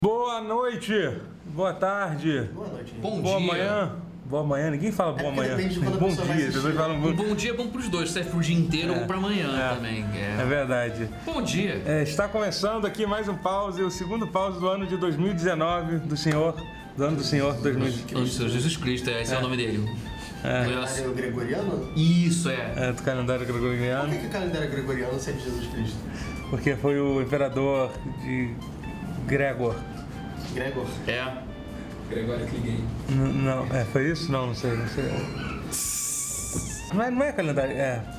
Boa noite, boa tarde, Boa noite. boa dia. Manhã. Boa manhã, ninguém fala boa manhã. Bom dia, as pessoas falam bom dia é bom pros dois, serve pro dia inteiro ou pra amanhã também. É verdade. Bom dia. Está começando aqui mais um pause, o segundo pause do ano de 2019, do ano do Senhor 2019. Ano do Senhor Jesus Cristo, esse é o nome dele. Calendário gregoriano? Isso, é. Do calendário gregoriano. Por que o calendário gregoriano é de Jesus Cristo? Porque foi o imperador de Gregor. Gregor? É. Gregório Cligay. Não, foi isso? Não sei. Não é calendário,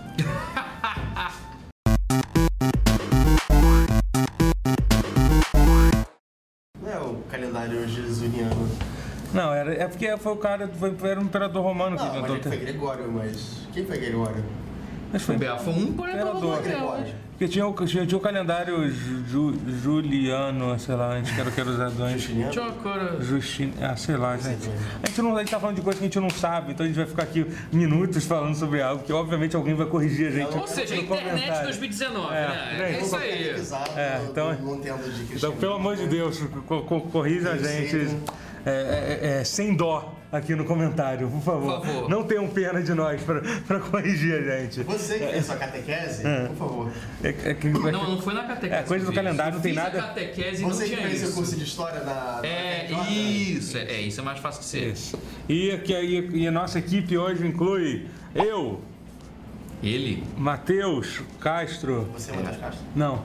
Não é o calendário jesuiniano. Não, é porque foi o cara, era um imperador romano que Não, mas inventou. ele foi Gregório, mas... Quem foi Gregório? Mas foi Foi um imperador. Gregório. Porque tinha o calendário juliano, sei lá, antes que era usado antes. Justiniano? Sei lá, gente. A gente tá falando de coisa que a gente não sabe, então a gente vai ficar aqui minutos falando sobre algo que obviamente alguém vai corrigir a gente. Ou seja, a internet 2019, né? É isso aí. Então, não entendo de cristianismo. Então, pelo amor de Deus, corrija a gente sem dó aqui no comentário, por favor. Não tenham pena de nós pra corrigir a gente. Você que fez sua catequese, por favor. Não foi na catequese. Coisa do calendário não tem nada. A catequese Você não que tinha fez seu isso. curso de história na Isso é mais fácil de ser. Isso. E a nossa equipe hoje inclui eu, Ele? Matheus Castro. Você é Matheus Castro? Não.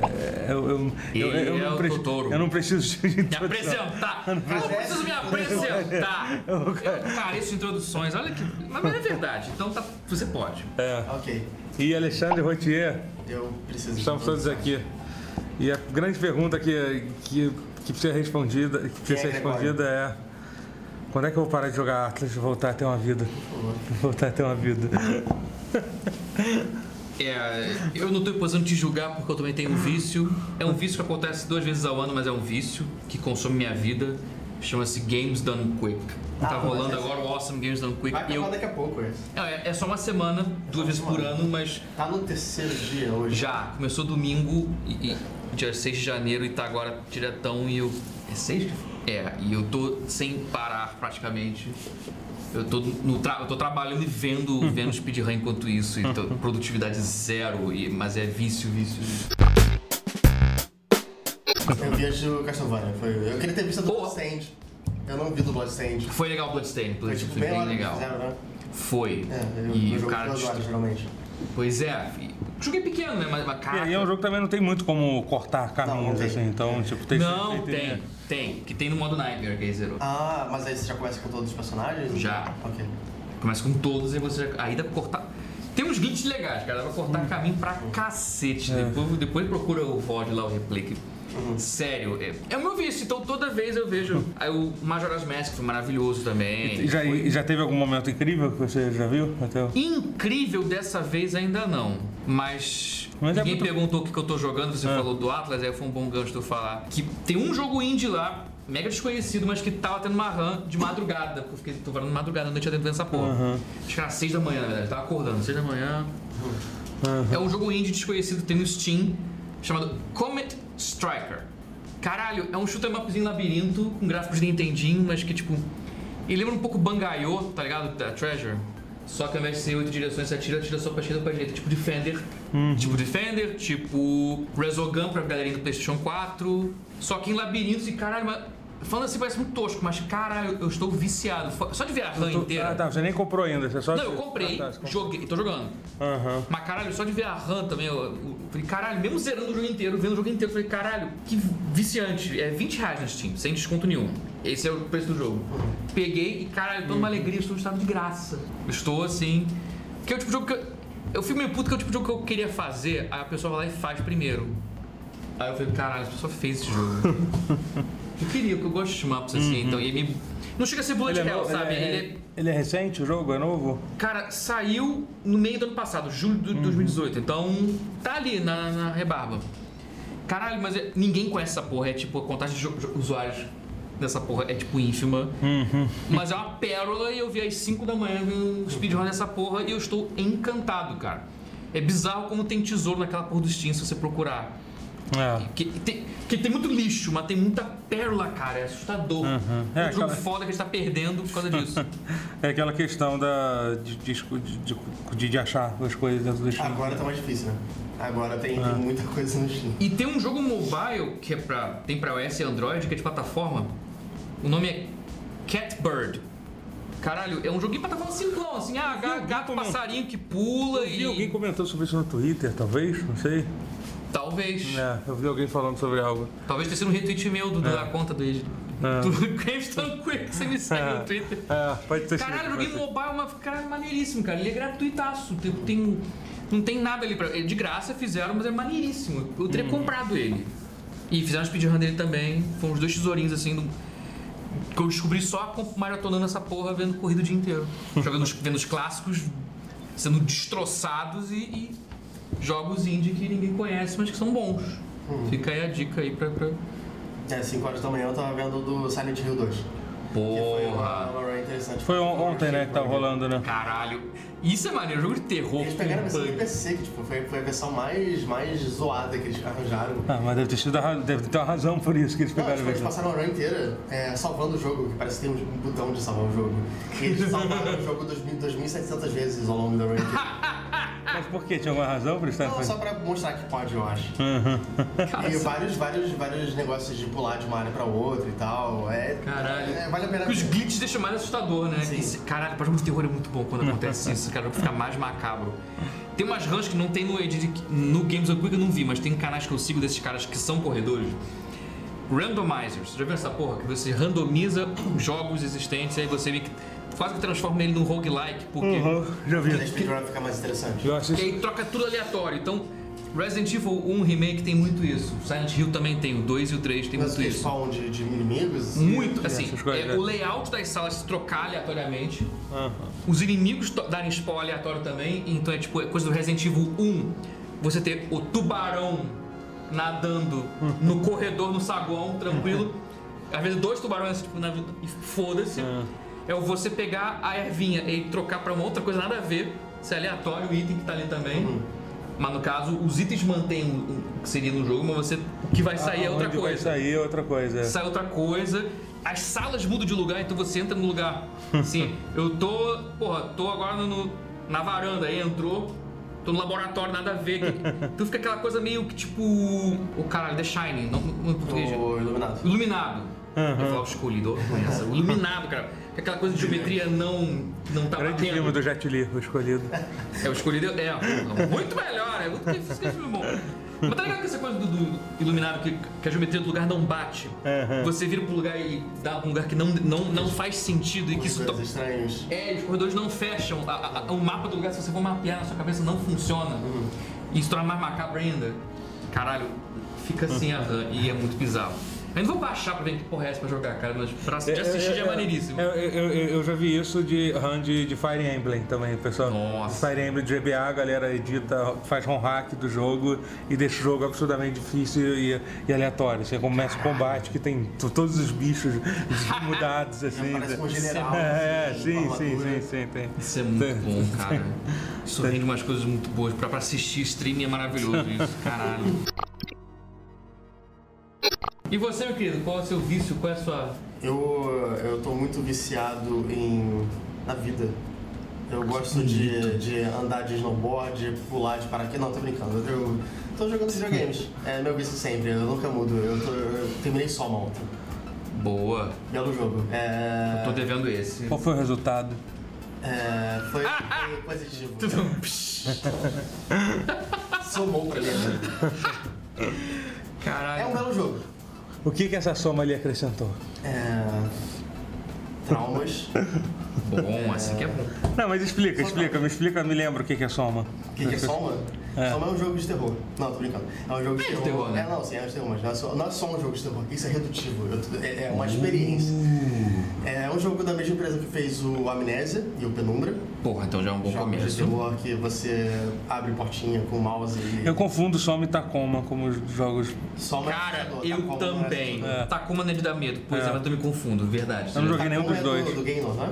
Eu não preciso de Me introdução. apresentar! Eu não preciso me apresentar! Eu careço de introduções, olha que. Mas é verdade, então você pode. Ok. E Alexandre Rotier, Eu preciso estamos de todos aqui. E a grande pergunta que precisa ser respondida, é: quando é que eu vou parar de jogar Atlas e voltar a ter uma vida? Eu não estou imposando te julgar porque eu também tenho um vício. É um vício que acontece 2 vezes ao ano, mas é um vício que consome minha vida. Chama-se Games Done Quick. Tá rolando agora o Awesome Games Done Quick. Vai acabar daqui a pouco esse. É só uma semana, 2 vezes por ano, mas Tá no terceiro dia hoje. já começou domingo, e dia 6 de janeiro, e tá agora diretão. E eu. É 6? E eu tô sem parar praticamente. Eu tô trabalhando e vendo speedrun enquanto isso, e produtividade zero, mas é vício. Eu vi o Castlevania. Eu queria ter visto do Bloodstained. Eu não vi do Bloodstained. Foi legal o Bloodstained, Foi tipo bem bem legal. Fizeram, né? Foi. E o cara. 2 horas, geralmente. Pois é, joguei pequeno, né? Mas cara. E é um jogo que também não tem muito como cortar caminhos, não tem. assim, então, tipo, tem. Tem. Que tem no modo Nightmare, que aí zerou. Ah, mas aí você já começa com todos os personagens? Já. Ok. Começa com todos e você já. Aí dá pra cortar. Tem uns glitches legais, cara. Dá pra cortar caminho pra cacete. Depois procura o VOD lá, o replay. Sério, é o meu vício, então toda vez eu vejo. Aí o Majora's Mask foi maravilhoso também. E já teve algum momento incrível que você já viu? Incrível dessa vez ainda não, mas ninguém perguntou o que eu tô jogando, você falou do Atlas, aí foi um bom gancho de eu falar. Que tem um jogo indie lá, mega desconhecido, mas que tava tendo uma run de madrugada, porque eu tô falando de madrugada, à noite dentro dessa porra. Acho que era 6 da manhã, na verdade, tava acordando, 6 da manhã. É um jogo indie desconhecido, tem no Steam, chamado Comet Striker. Caralho, é um shoot 'em upzinho labirinto, com gráficos de Nintendinho, mas que tipo... Ele lembra um pouco Bangai-O, tá ligado? Da Treasure. Só que ao invés de ser 8 direções, você atira só pra esquerda ou pra direita. Tipo Defender. Tipo Resogun pra galerinha do PlayStation 4. Só que em labirintos e caralho, mas... Falando assim parece muito tosco, mas caralho, eu estou viciado. Só de ver a run inteira. Você nem comprou ainda, você só... Não, eu comprei, joguei, tô jogando. Mas caralho, só de ver a run também, eu falei, caralho, mesmo zerando o jogo inteiro, vendo o jogo inteiro, eu falei, caralho, que viciante. É R$20 no Steam, sem desconto nenhum. Esse é o preço do jogo. Peguei e caralho, tô numa alegria, estou no estado de graça. Estou assim. Que é o tipo de jogo que eu fico meio puto, que é o tipo de jogo que eu queria fazer, aí a pessoa vai lá e faz primeiro. Aí eu falei, caralho, a pessoa fez esse jogo. Eu queria, porque eu gosto de shmups assim, então ele não chega a ser bullet hell, sabe? Ele é recente, o jogo é novo? Cara, saiu no meio do ano passado, julho de 2018, então tá ali na rebarba. Caralho, mas ninguém conhece essa porra, é tipo, a contagem de usuários dessa porra é tipo ínfima. Mas é uma pérola e eu vi às 5 da manhã um speedrun dessa porra e eu estou encantado, cara. É bizarro como tem tesouro naquela porra do Steam se você procurar. Que tem muito lixo, mas tem muita pérola, cara. É assustador. É um jogo foda que a gente tá perdendo por causa disso. É aquela questão de achar as coisas dentro do Steam. Agora tá mais difícil, né? Agora tem muita coisa no Steam. E tem um jogo mobile que tem pra iOS e Android, que é de plataforma. O nome é Catbird. Caralho, é um joguinho de plataforma simplão, assim. Gato, passarinho que pula eu vi alguém comentando sobre isso no Twitter, talvez, não sei. Talvez. Eu vi alguém falando sobre algo. Talvez tenha sido um retweet meu da conta do Cranston Quick, que você me segue no Twitter. Pode ter. Caralho, joguei mobile, é maneiríssimo, cara. Ele é gratuitaço. Não tem nada ali pra... De graça fizeram, mas é maneiríssimo. Eu teria comprado ele. E fizeram um speedrun dele também. Foram uns 2 tesourinhos, assim, que eu descobri só maratonando essa porra, vendo corrida o dia inteiro. Vendo os clássicos sendo destroçados e jogos indie que ninguém conhece, mas que são bons. Fica aí a dica aí pra... 5 horas da manhã eu tava vendo do Silent Hill 2. Porra! Foi uma interessante. Foi ontem, né, que tava rolando, né? Caralho! Isso é maneiro, jogo de terror. Eles pegaram a versão de PC, que foi a versão mais zoada que eles arranjaram. Mas deve ter uma razão por isso que eles pegaram a versão. Eles passaram a run inteira salvando o jogo, que parece que tem um botão de salvar o jogo. E eles salvaram o jogo 2.700 vezes ao longo da run inteira. Mas por quê? Tinha alguma razão pra estar? Não, só pra mostrar que pode, eu acho. E vários negócios de pular de uma área pra outra e tal. Caralho. Vale a pena. Os glitches deixam mais assustador, né? Sim. Caralho, para jogo de terror é muito bom quando acontece isso, cara, fica mais macabro. Tem umas runs que não tem no Games on Quick, eu não vi, mas tem canais que eu sigo desses caras que são corredores. Randomizers. Você já viu essa porra? Que você randomiza jogos existentes e aí você quase que transforma ele num roguelike, porque... já vi. A speedrun fica mais interessante. E aí troca tudo aleatório. Então, Resident Evil 1 Remake tem muito isso. Silent Hill também tem, o 2 e o 3 tem muito isso. Mas eles falam de inimigos? Muito, assim, o layout das salas se trocar aleatoriamente. Os inimigos darem spawn aleatório também. Então é tipo, coisa do Resident Evil 1. Você ter o tubarão nadando no corredor, no saguão, tranquilo. Às vezes 2 tubarões, tipo, e foda-se. É você pegar a ervinha e trocar pra uma outra coisa nada a ver. Se é aleatório o item que tá ali também. Mas no caso, os itens mantêm o que seria no jogo, mas o que vai sair é outra coisa. Vai sair outra coisa. Sai outra coisa. As salas mudam de lugar, então você entra no lugar. Assim, eu tô agora na varanda, aí entrou, tô no laboratório, nada a ver. Então fica aquela coisa meio que tipo. Caralho, The Shining, não em português. Iluminado. Eu vou falar o escolhido, o Iluminado, cara. Aquela coisa de geometria não tá batendo. Grande filme do Jet Li, o Escolhido. O Escolhido muito melhor, é muito difícil que é filme bom. Mas tá ligado que essa coisa do Iluminado, que a geometria do lugar não bate? Você vira pro lugar e dá pra um lugar que não faz sentido e que isso... estranhos. Os corredores não fecham. O mapa do lugar, se você for mapear na sua cabeça, não funciona. E isso torna mais macabro ainda. Caralho, fica assim e é muito bizarro. Eu não vou baixar pra ver que porra é essa pra jogar, cara, mas pra assistir já é maneiríssimo. Eu já vi isso de run de Fire Emblem também, pessoal. Nossa. Fire Emblem de GBA, a galera edita, faz ROM hack do jogo e deixa o jogo absurdamente difícil e aleatório. Você começa o combate que tem todos os bichos mudados, assim. Parece um general. Sim, tem. Isso é muito bom, cara. Isso rende umas coisas muito boas. Pra assistir streaming é maravilhoso isso, caralho. E você, meu querido, qual é o seu vício? Qual é a sua... Eu tô muito viciado na vida. Eu gosto de andar de snowboard, pular de paraquedas. Não, tô brincando. Eu tô jogando videogames. É meu vício sempre, eu nunca mudo. Eu terminei Soma ontem. Boa. Belo jogo. Eu tô devendo esse. Qual foi o resultado? Foi positivo. Tudo. Somou pra mim. Caralho. É um belo jogo. O que essa soma lhe acrescentou? Traumas. Bom, assim que é bom. Não, mas me lembra o que é soma. O que é soma? Soma é um jogo de terror. Não, tô brincando. É um jogo de terror. Né? Não, sim, é um jogo de terror, mas não é só um jogo de terror. Isso é redutivo. É uma experiência. É um jogo da mesma empresa que fez o Amnésia e o Penumbra. Porra, então já é um bom começo. Jogos de terror que você abre portinha com o mouse e... Eu confundo Soma e Tacoma como jogos... Soma cara, eu também. Tacoma não é de dar medo. Pois é, mas eu me confundo, verdade. Eu não joguei nenhum dos dois. Do Gaynor, né?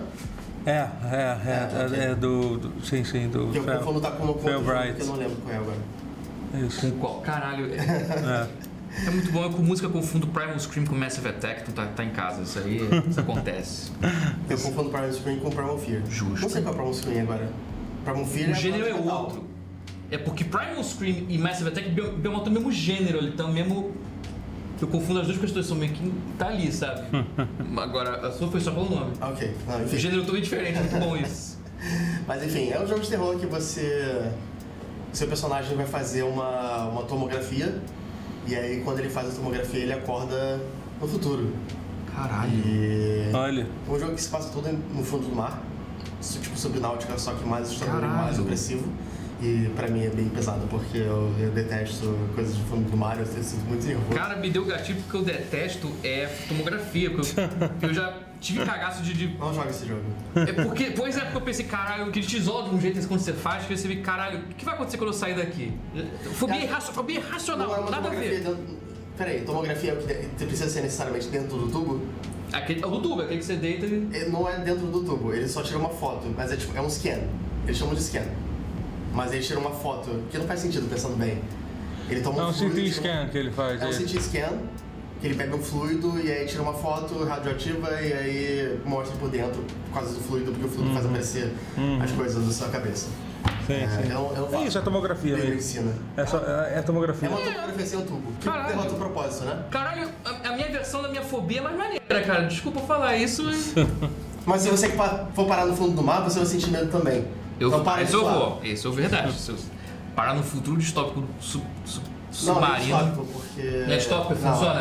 É do... Sim, do... Eu confundo Tacoma com outro jogo que eu não lembro qual é agora. Isso. Com qual? Caralho. É muito bom. Eu com música confundo Primal Scream com Massive Attack. Tu tá em casa. Isso aí isso acontece. Eu confundo Primal Scream com Primal Fear. Justo. Não sei qual é Primal Scream agora. Primal Fear O gênero é metal. outro. É porque Primal Scream e Massive Attack estão no mesmo gênero. Eles estão mesmo... Eu confundo as duas questões. São meio que tá ali, sabe? Agora, a sua foi só pelo nome. Ok. Não, O enfim. gênero é totalmente diferente. Muito bom isso. Mas enfim, é um jogo de terror que seu personagem vai fazer uma tomografia. E aí, quando ele faz a tomografia, ele acorda no futuro. Caralho. E... Olha. Um jogo que se passa todo no fundo do mar. Tipo Subnáutica, só que mais assustador e Caralho. mais opressivo. E pra mim é bem pesado, porque eu detesto coisas de fundo do mar, eu sinto muito nervoso. Cara, me deu gatilho porque eu detesto tomografia. Porque eu já tive cagaço de... Não joga esse jogo. Porque eu pensei, caralho, que ele te isola de um jeito assim quando você faz, que você vê, caralho, o que vai acontecer quando eu sair daqui? Fobia irracional, Não é uma nada a tomografia ver. dentro... Peraí, tomografia é o que precisa ser necessariamente dentro do tubo? É o do tubo, aquele que você deita e... Não é dentro do tubo, ele só tira uma foto, mas é um scan. Eles chamam de scan. Mas ele tira uma foto, que não faz sentido, pensando bem. Ele toma É um fluido, CT scan que ele faz. É um CT scan, que ele pega um fluido e aí tira uma foto radioativa e aí mostra por dentro, por causa do fluido, porque o fluido faz aparecer as coisas da sua cabeça. Sim, sim. Eu não faço. Isso, é tomografia Ele mesmo. ensina. É tomografia. É uma tomografia sem o tubo. Que Caralho. derrota o propósito, né? Caralho, a minha versão da minha fobia é mais maneira, cara. Desculpa falar isso, mas... Mas se você for parar no fundo do mar, você vai sentir medo também. Então para de Isso eu zoar. vou, isso é verdade. Se eu parar no futuro distópico Não, submarino... é distópico, porque... Não é distópico, funciona?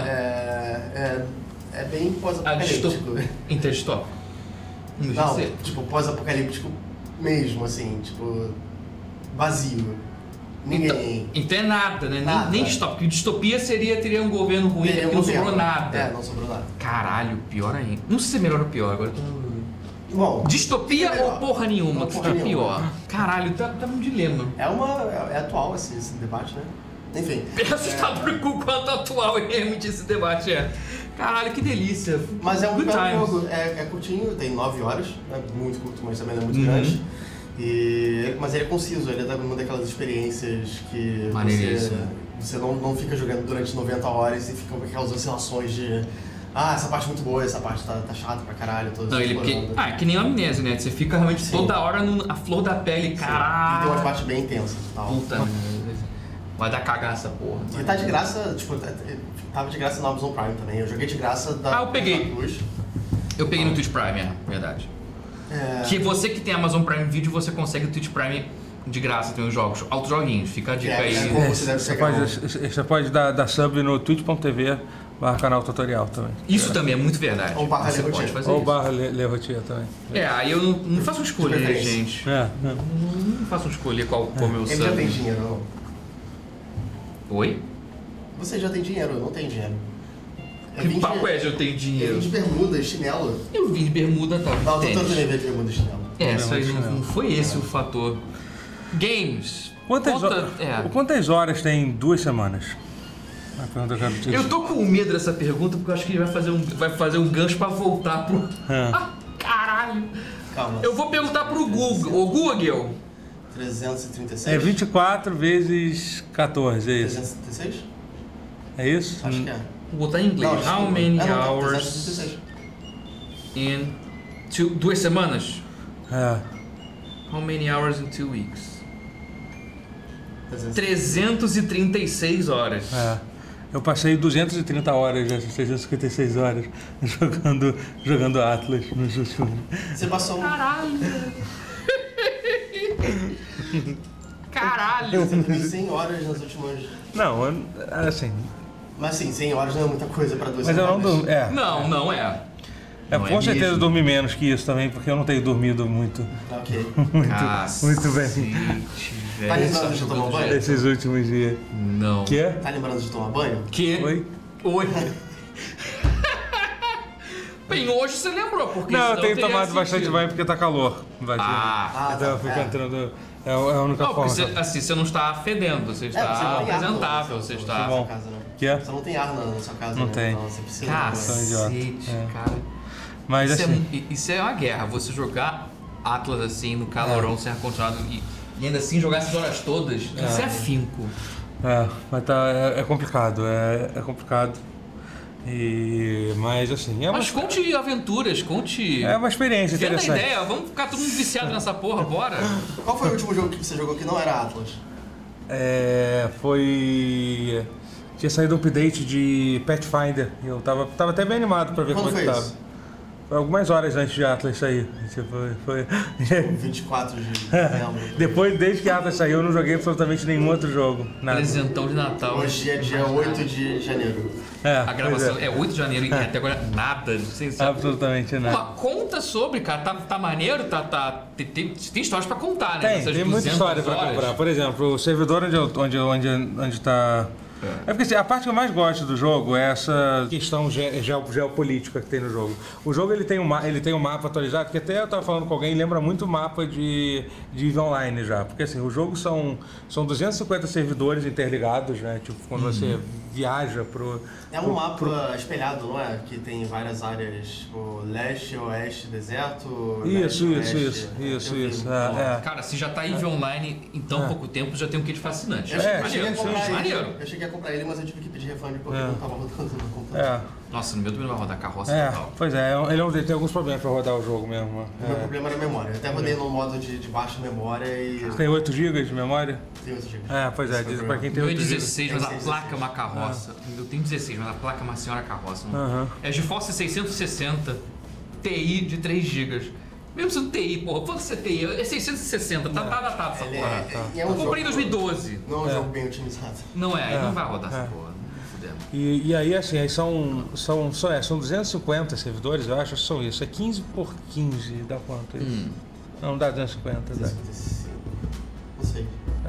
É bem pós-apocalíptico. Interdistópico. Não, tipo, pós-apocalíptico mesmo, assim, tipo, vazio. Ninguém... Então é nada, né? Nada. Nem distópico. Distopia teria um governo ruim, Teria porque um não sobrou governo. nada. Não sobrou nada. Caralho, pior ainda. Não sei se é melhor ou pior, agora eu tô... Bom, Distopia é melhor. ou porra nenhuma? Não, Que porra fica nenhuma. pior. Caralho, tá num dilema. é atual esse debate, né? Enfim. É assustador com o quanto atual é realmente esse debate é. Caralho, que delícia. Mas é um Good belo times. jogo, é curtinho, tem 9 horas, é muito curto, mas também não é muito grande. Mas ele é conciso, ele é uma daquelas experiências que você não fica jogando durante 90 horas e fica com aquelas oscilações de essa parte é muito boa, essa parte tá chata pra caralho. Não, é que nem a amnésia, né? Você fica realmente toda hora a flor da pele, caralho. E tem umas partes bem intensas e tal. Puta merda. Vai dar cagaça, porra. E tá de graça, tipo, tava de graça no Amazon Prime também. Eu joguei de graça da eu peguei. da Plus. Eu peguei no Twitch Prime, verdade. Que você que tem Amazon Prime Video, você consegue o Twitch Prime de graça, tem os jogos, altos joguinhos, fica a dica aí. Você pode dar sub no twitch.tv/canal tutorial também. Isso também é muito verdade. Ou barra você Lerotier. pode fazer Ou isso. barra Lerotier também. Aí eu não faço escolha, né, gente? Não faço escolher qual o meu sub. Ele já tem dinheiro, não? Oi? Você já tem dinheiro, eu não tenho dinheiro. Que papo é, eu tenho Eu dinheiro? vim de bermuda e chinelo. Eu vim de bermuda, tá? Não, tênis. tô também de bermuda e chinelo. Isso aí não foi esse o fator. Games. Quantas horas tem 2 semanas? A pergunta que eu quero te Eu tô com medo dessa pergunta porque eu acho que ele vai fazer um gancho pra voltar pro... Caralho! Calma. Eu vou perguntar pro Google. Ô Google! 336? É 24 vezes 14, é isso? 336? É isso? Acho que é. Vou botar em inglês. How many hours 336. in 2 semanas? É. How many hours in 2 weeks? 336. 336 horas. É. Eu passei 230 horas, 656 horas jogando Atlas nos últimos. Você passou Caralho! Caralho! Você teve 100 horas nas últimas... Não, assim. Mas sim, 100 horas não é muita coisa pra 2 Mas eu semanas. não durmo. Não é. Não Com certeza mesmo? eu dormi menos que isso também, porque eu não tenho dormido muito Ok. muito bem Tá lembrando de tomar banho? esses últimos dias. Não. Que é? Tá lembrando de tomar banho? Que? Oi? Bem, hoje você lembrou, porque Não, eu senão tenho teria tomado bastante sentido. banho porque tá calor. Então eu fico entrando. É a única Não, forma. porque você não está fedendo, você está você não tem ar apresentável, na você sua está... bom. casa, né? Que é? Você não tem ar na sua casa, Não né? tem. Então você precisa... Cacete, cara. Mas Isso, assim. isso é uma guerra, você jogar Atlas assim, no calorão, sem ar-condicionado e ainda assim jogar essas horas todas, isso é afinco. Mas é complicado, é complicado. Mas assim... Mas conte aventuras, conte... É uma experiência interessante. Venda ideia, vamos ficar todo mundo viciado nessa porra, bora. Qual foi o último jogo que você jogou que não era Atlas? Foi... Tinha saído um update de Pathfinder. Eu tava até bem animado pra ver como é que tava. Isso? Foi algumas horas antes de Atlas sair. Foi... 24 de dezembro. Depois, desde que Atlas saiu, eu não joguei absolutamente nenhum outro jogo. Nada. Presentão de Natal. Hoje é dia 8 de janeiro. A gravação é 8 de janeiro e até agora nada. Absolutamente nada. Uma conta sobre, cara. Tá maneiro? Tem histórias pra contar, né? Tem muita história pra comprar. Por exemplo, o servidor onde tá... É porque assim, a parte que eu mais gosto do jogo é essa questão geopolítica que tem no jogo. O jogo ele tem um mapa atualizado, que até eu tava falando com alguém, lembra muito o mapa de EVE Online já. Porque assim, o jogo são 250 servidores interligados, né? Tipo, quando você viaja pro... É um mapa espelhado, não é? Que tem várias áreas, o leste, oeste, deserto... Isso. Cara, se já tá EVE Online em tão pouco tempo, já tem um quê de fascinante. Eu cheguei a comprar ele, mas eu tive que pedir refund porque não tava rodando no computador. Nossa, no meu também não vai rodar carroça total. Pois é, ele tem alguns problemas pra rodar o jogo mesmo. O meu problema era a memória. Eu até rodei no modo de baixa memória e... Você tem 8 GB de memória? Tem 8 GB. Pois é, diz pra quem tem 8 GB. Meu é 16, mas a placa é uma carroça. Eu tenho 16, mas a placa é uma senhora carroça. É GeForce 660 Ti de 3 GB. Mesmo sendo TI, porra, quanto você TI? É 660, tá datado essa porra. Eu comprei em 2012. Não é um jogo bem otimizado. Não é, não vai rodar essa porra. E aí, assim, aí são 250 servidores, eu acho que são isso. É 15 por 15, dá quanto isso? Não dá 250, dá. 255. Não sei.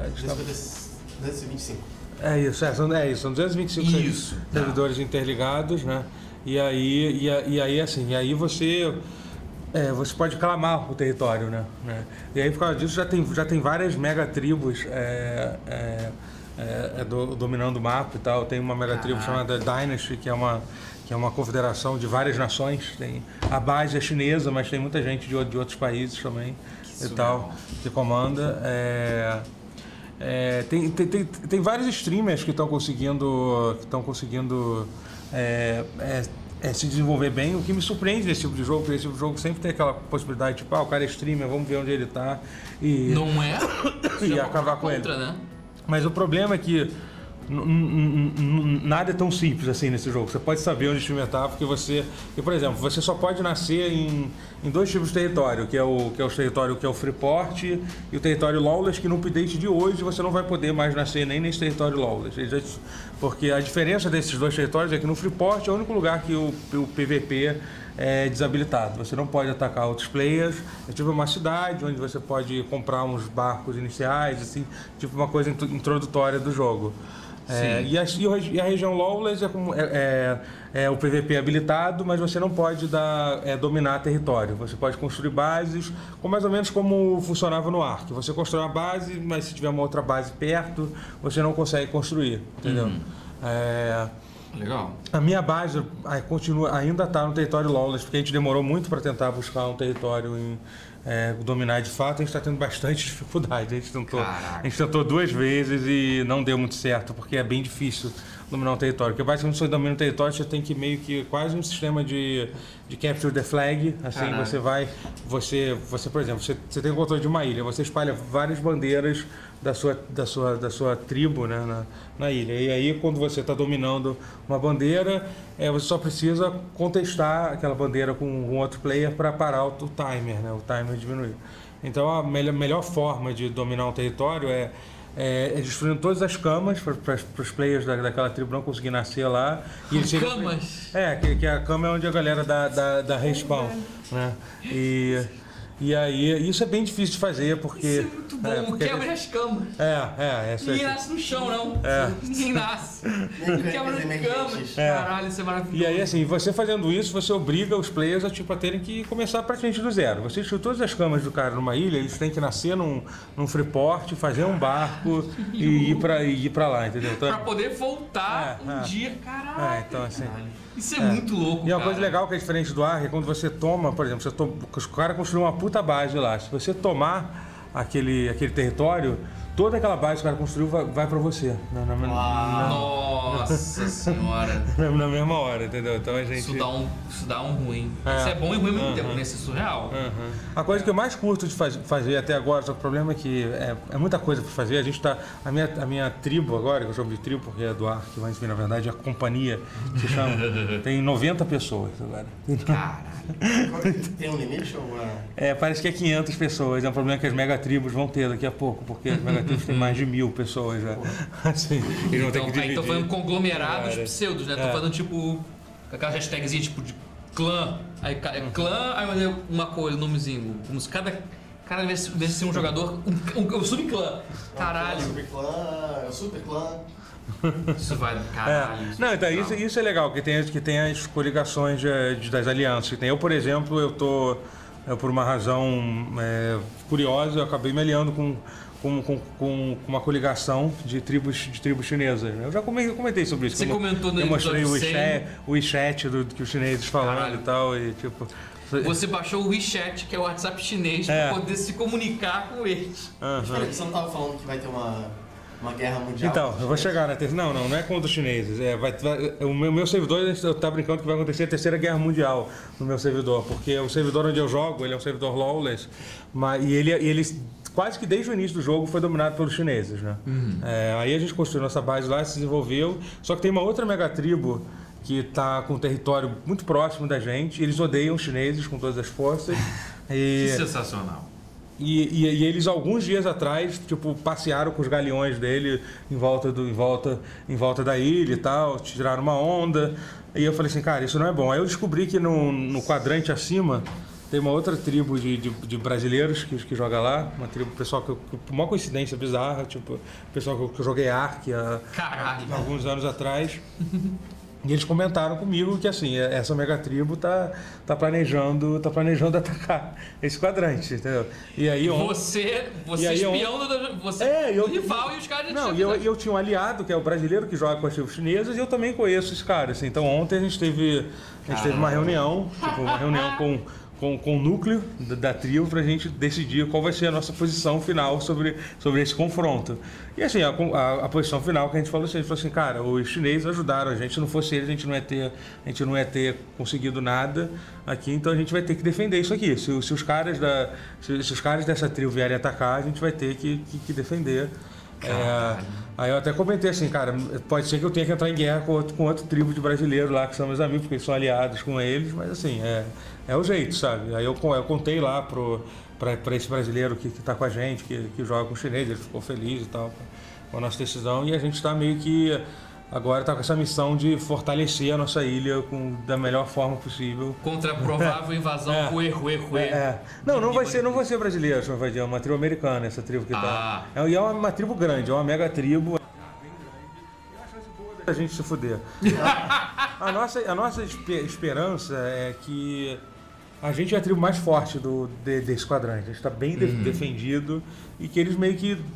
225. São 225 servidores interligados, né? E aí você pode clamar o território, né? E aí por causa disso já tem várias mega tribos dominando o mapa e tal. Tem uma mega tribo chamada Dynasty, que é uma confederação de várias nações. A base é chinesa, mas tem muita gente de outros países também e tal, que comanda. Tem vários streamers que estão conseguindo se desenvolver bem, o que me surpreende nesse tipo de jogo, porque esse tipo de jogo sempre tem aquela possibilidade, tipo, o cara é streamer, vamos ver onde ele tá e... Não é? e acabar com ele. Né? Mas o problema é que nada é tão simples assim nesse jogo. Você pode saber onde o streamer tá, porque por exemplo, você só pode nascer em dois tipos de território, que é o território que é o Freeport e o território Lawless, que no update de hoje você não vai poder mais nascer nem nesse território Lawless. Porque a diferença desses dois territórios é que no Freeport é o único lugar que o PVP é desabilitado. Você não pode atacar outros players. É tipo uma cidade onde você pode comprar uns barcos iniciais, assim, tipo uma coisa introdutória do jogo. E a região Lawless é o PVP habilitado, mas você não pode dominar território. Você pode construir bases, mais ou menos como funcionava no Ark. Você constrói uma base, mas se tiver uma outra base perto, você não consegue construir, entendeu? Legal. A minha base ainda está no território Lawless, porque a gente demorou muito para tentar buscar um território dominar de fato. A gente está tendo bastante dificuldade. A gente tentou 2 vezes e não deu muito certo, porque é bem difícil dominar um território. Porque basicamente, se você domina um território, você tem que meio que quase um sistema de capture the flag. Assim, você, por exemplo, você tem o controle de uma ilha, você espalha várias bandeiras da sua tribo, né, na ilha. E aí, quando você está dominando uma bandeira, você só precisa contestar aquela bandeira com um outro player para parar o timer, né, o timer diminuir. Então, a melhor forma de dominar um território é destruindo todas as camas para os players daquela tribo não conseguir nascer lá. E camas? Que a cama é onde a galera da respawn, né? E aí, isso é bem difícil de fazer, porque... Isso é muito bom, quebra as camas. Ninguém nasce no chão, não. Ninguém nasce. Quebra as camas. Caralho, isso é maravilhoso. E aí, assim, você fazendo isso, você obriga os players a terem que começar praticamente do zero. Você destruiu todas as camas do cara numa ilha, eles têm que nascer num freeport, fazer um barco e ir pra lá, entendeu? Então, pra poder voltar um dia, caralho. Então, assim... Isso é muito louco, E uma coisa legal que é diferente do Ark é quando você toma, por exemplo, o cara construiu uma puta base lá. Se você tomar aquele território, toda aquela base que o cara construiu vai pra você. Nossa senhora. Na mesma hora, entendeu? Então a gente... Isso dá um ruim. Isso é bom e ruim ao mesmo tempo, nesse surreal. A coisa que eu mais curto de fazer até agora, só que o problema é que é muita coisa pra fazer. A gente tá... A minha tribo agora, que eu chamo de tribo porque é do Ark, mas na verdade é a companhia que se chama, tem 90 pessoas agora. Caralho. Tem um limite ou parece que é 500 pessoas. É um problema que as megatribos vão ter daqui a pouco, porque as megatribos têm mais de 1000 pessoas já. Assim, eles vão ter que dividir. Aí estão fazendo conglomerados pseudos, né? Estão fazendo tipo aquela hashtagzinha tipo de clã. Aí clã, aí mandei uma coisa, um nomezinho. Como se cada vez de ser um jogador, um subclã. Caralho. É o superclã. Isso vai, caralho. Não, então isso é legal, que tem as coligações das alianças. Eu, por exemplo, por uma razão curiosa, eu acabei me aliando com uma coligação de tribos chinesas. Eu já comentei sobre isso. Você comentou no episódio. Eu mostrei o WeChat que os chineses falaram e tal, e tipo... Você baixou o WeChat, que é o WhatsApp chinês, para poder se comunicar com eles. Espera, você não estava falando que vai ter uma guerra mundial? Então, eu vou chegar na terceira. Não é contra os chineses. O meu servidor, eu tá brincando que vai acontecer a terceira guerra mundial no meu servidor, porque o servidor onde eu jogo, ele é um servidor lawless, e ele quase que desde o início do jogo foi dominado pelos chineses, né? Aí a gente construiu nossa base lá, se desenvolveu, só que tem uma outra megatribo que está com um território muito próximo da gente. Eles odeiam os chineses com todas as forças. Que sensacional. E eles, alguns dias atrás, tipo, passearam com os galeões dele em volta da ilha e tal, tiraram uma onda. E eu falei assim, cara, isso não é bom. Aí eu descobri que no quadrante acima tem uma outra tribo de brasileiros que joga lá, uma tribo, pessoal que uma coincidência bizarra, tipo, pessoal que eu joguei Ark há alguns anos atrás. E eles comentaram comigo que assim, essa megatribo tá planejando atacar esse quadrante, entendeu? E aí você espião o rival e os caras... Não, e eu tinha um aliado, que é o brasileiro que joga com as tribos chinesas, e eu também conheço esse cara, assim. Então ontem a gente teve uma reunião, com o núcleo da tribo pra gente decidir qual vai ser a nossa posição final sobre esse confronto. E assim, a posição final que a gente falou assim, cara, os chineses ajudaram a gente, se não fosse eles a gente não ia ter conseguido nada aqui, então a gente vai ter que defender isso aqui. Se os caras dessa tribo vierem atacar, a gente vai ter que defender. Aí eu até comentei assim, cara, pode ser que eu tenha que entrar em guerra com outro tribo de brasileiros lá, que são meus amigos, porque eles são aliados com eles, mas assim, é o jeito, sabe? Aí eu contei lá para esse brasileiro que tá com a gente, que joga com o chinês, ele ficou feliz e tal com a nossa decisão, e a gente está meio que agora tá com essa missão de fortalecer a nossa ilha da melhor forma possível. Contra a provável invasão Não vai ser brasileiro, é uma tribo americana, essa tribo que tá. E é uma tribo grande, é uma mega tribo. Eu acho que boa da gente se fuder. A nossa esperança é que a gente é a tribo mais forte desse quadrante. A gente está bem defendido e que eles meio que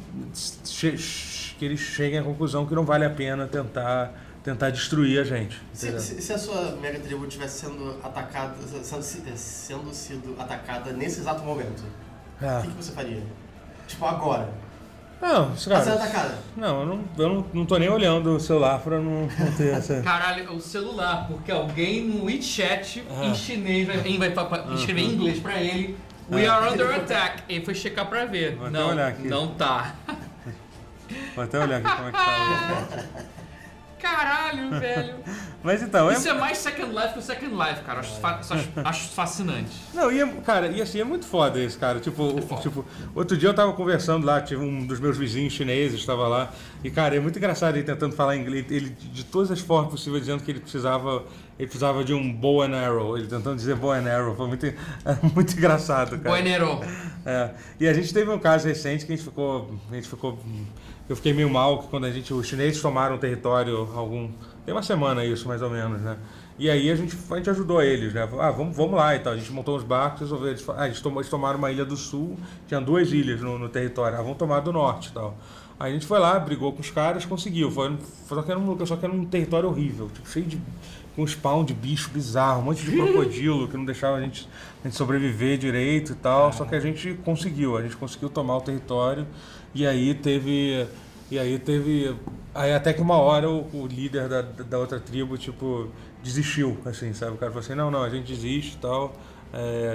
eles cheguem à conclusão que não vale a pena tentar destruir a gente. Se a sua mega tribo estivesse sendo atacada, sendo sido atacada nesse exato momento, o que você faria? Tipo, agora? Não, cara, sendo atacada? Não, eu não tô nem olhando o celular pra não ter essa... Caralho, o celular, porque alguém no WeChat em chinês vai escrever em inglês pra ele, We are under attack. Ele foi checar pra ver. Não tá. Vou até olhar aqui como é que tá. Caralho, velho. Mas então... Isso é mais Second Life que o Second Life, cara. Acho fascinante. Não, e assim, é muito foda isso, cara. Tipo, outro dia eu tava conversando lá, tive um dos meus vizinhos chineses, estava lá. E, cara, é muito engraçado ele tentando falar inglês. Ele, de todas as formas possíveis, dizendo que ele precisava de um bow and arrow. Ele tentando dizer bow and arrow. Foi muito engraçado, cara. Bow and arrow. E a gente teve um caso recente que a gente ficou... Eu fiquei meio mal que quando os chineses tomaram o território tem uma semana isso, mais ou menos, né? E aí a gente ajudou eles, né? Vamos lá e tal. A gente montou uns barcos, resolveu. Eles tomaram uma ilha do sul, tinha 2 ilhas no território. Vamos tomar do norte e tal. Aí a gente foi lá, brigou com os caras, conseguiu. Só que era um território horrível, tipo, cheio de com spawn de bicho bizarro, um monte de crocodilo que não deixava a gente sobreviver direito e tal. Só que a gente conseguiu tomar o território e aí teve até que uma hora o líder da outra tribo, tipo, desistiu, assim, sabe? O cara falou assim, não, a gente desiste e tal, a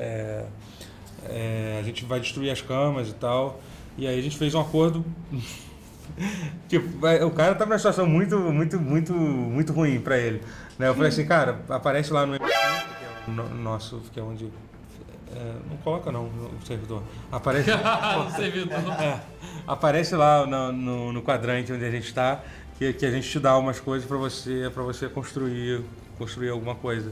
gente vai destruir as camas e tal. E aí a gente fez um acordo. Tipo, o cara tá numa situação muito ruim pra ele, né? Eu falei assim, cara, aparece lá no M5, que é o nosso, que é onde... não coloca não, o servidor. Aparece, o servidor. Aparece lá no quadrante onde a gente tá, que a gente te dá umas coisas pra você construir alguma coisa.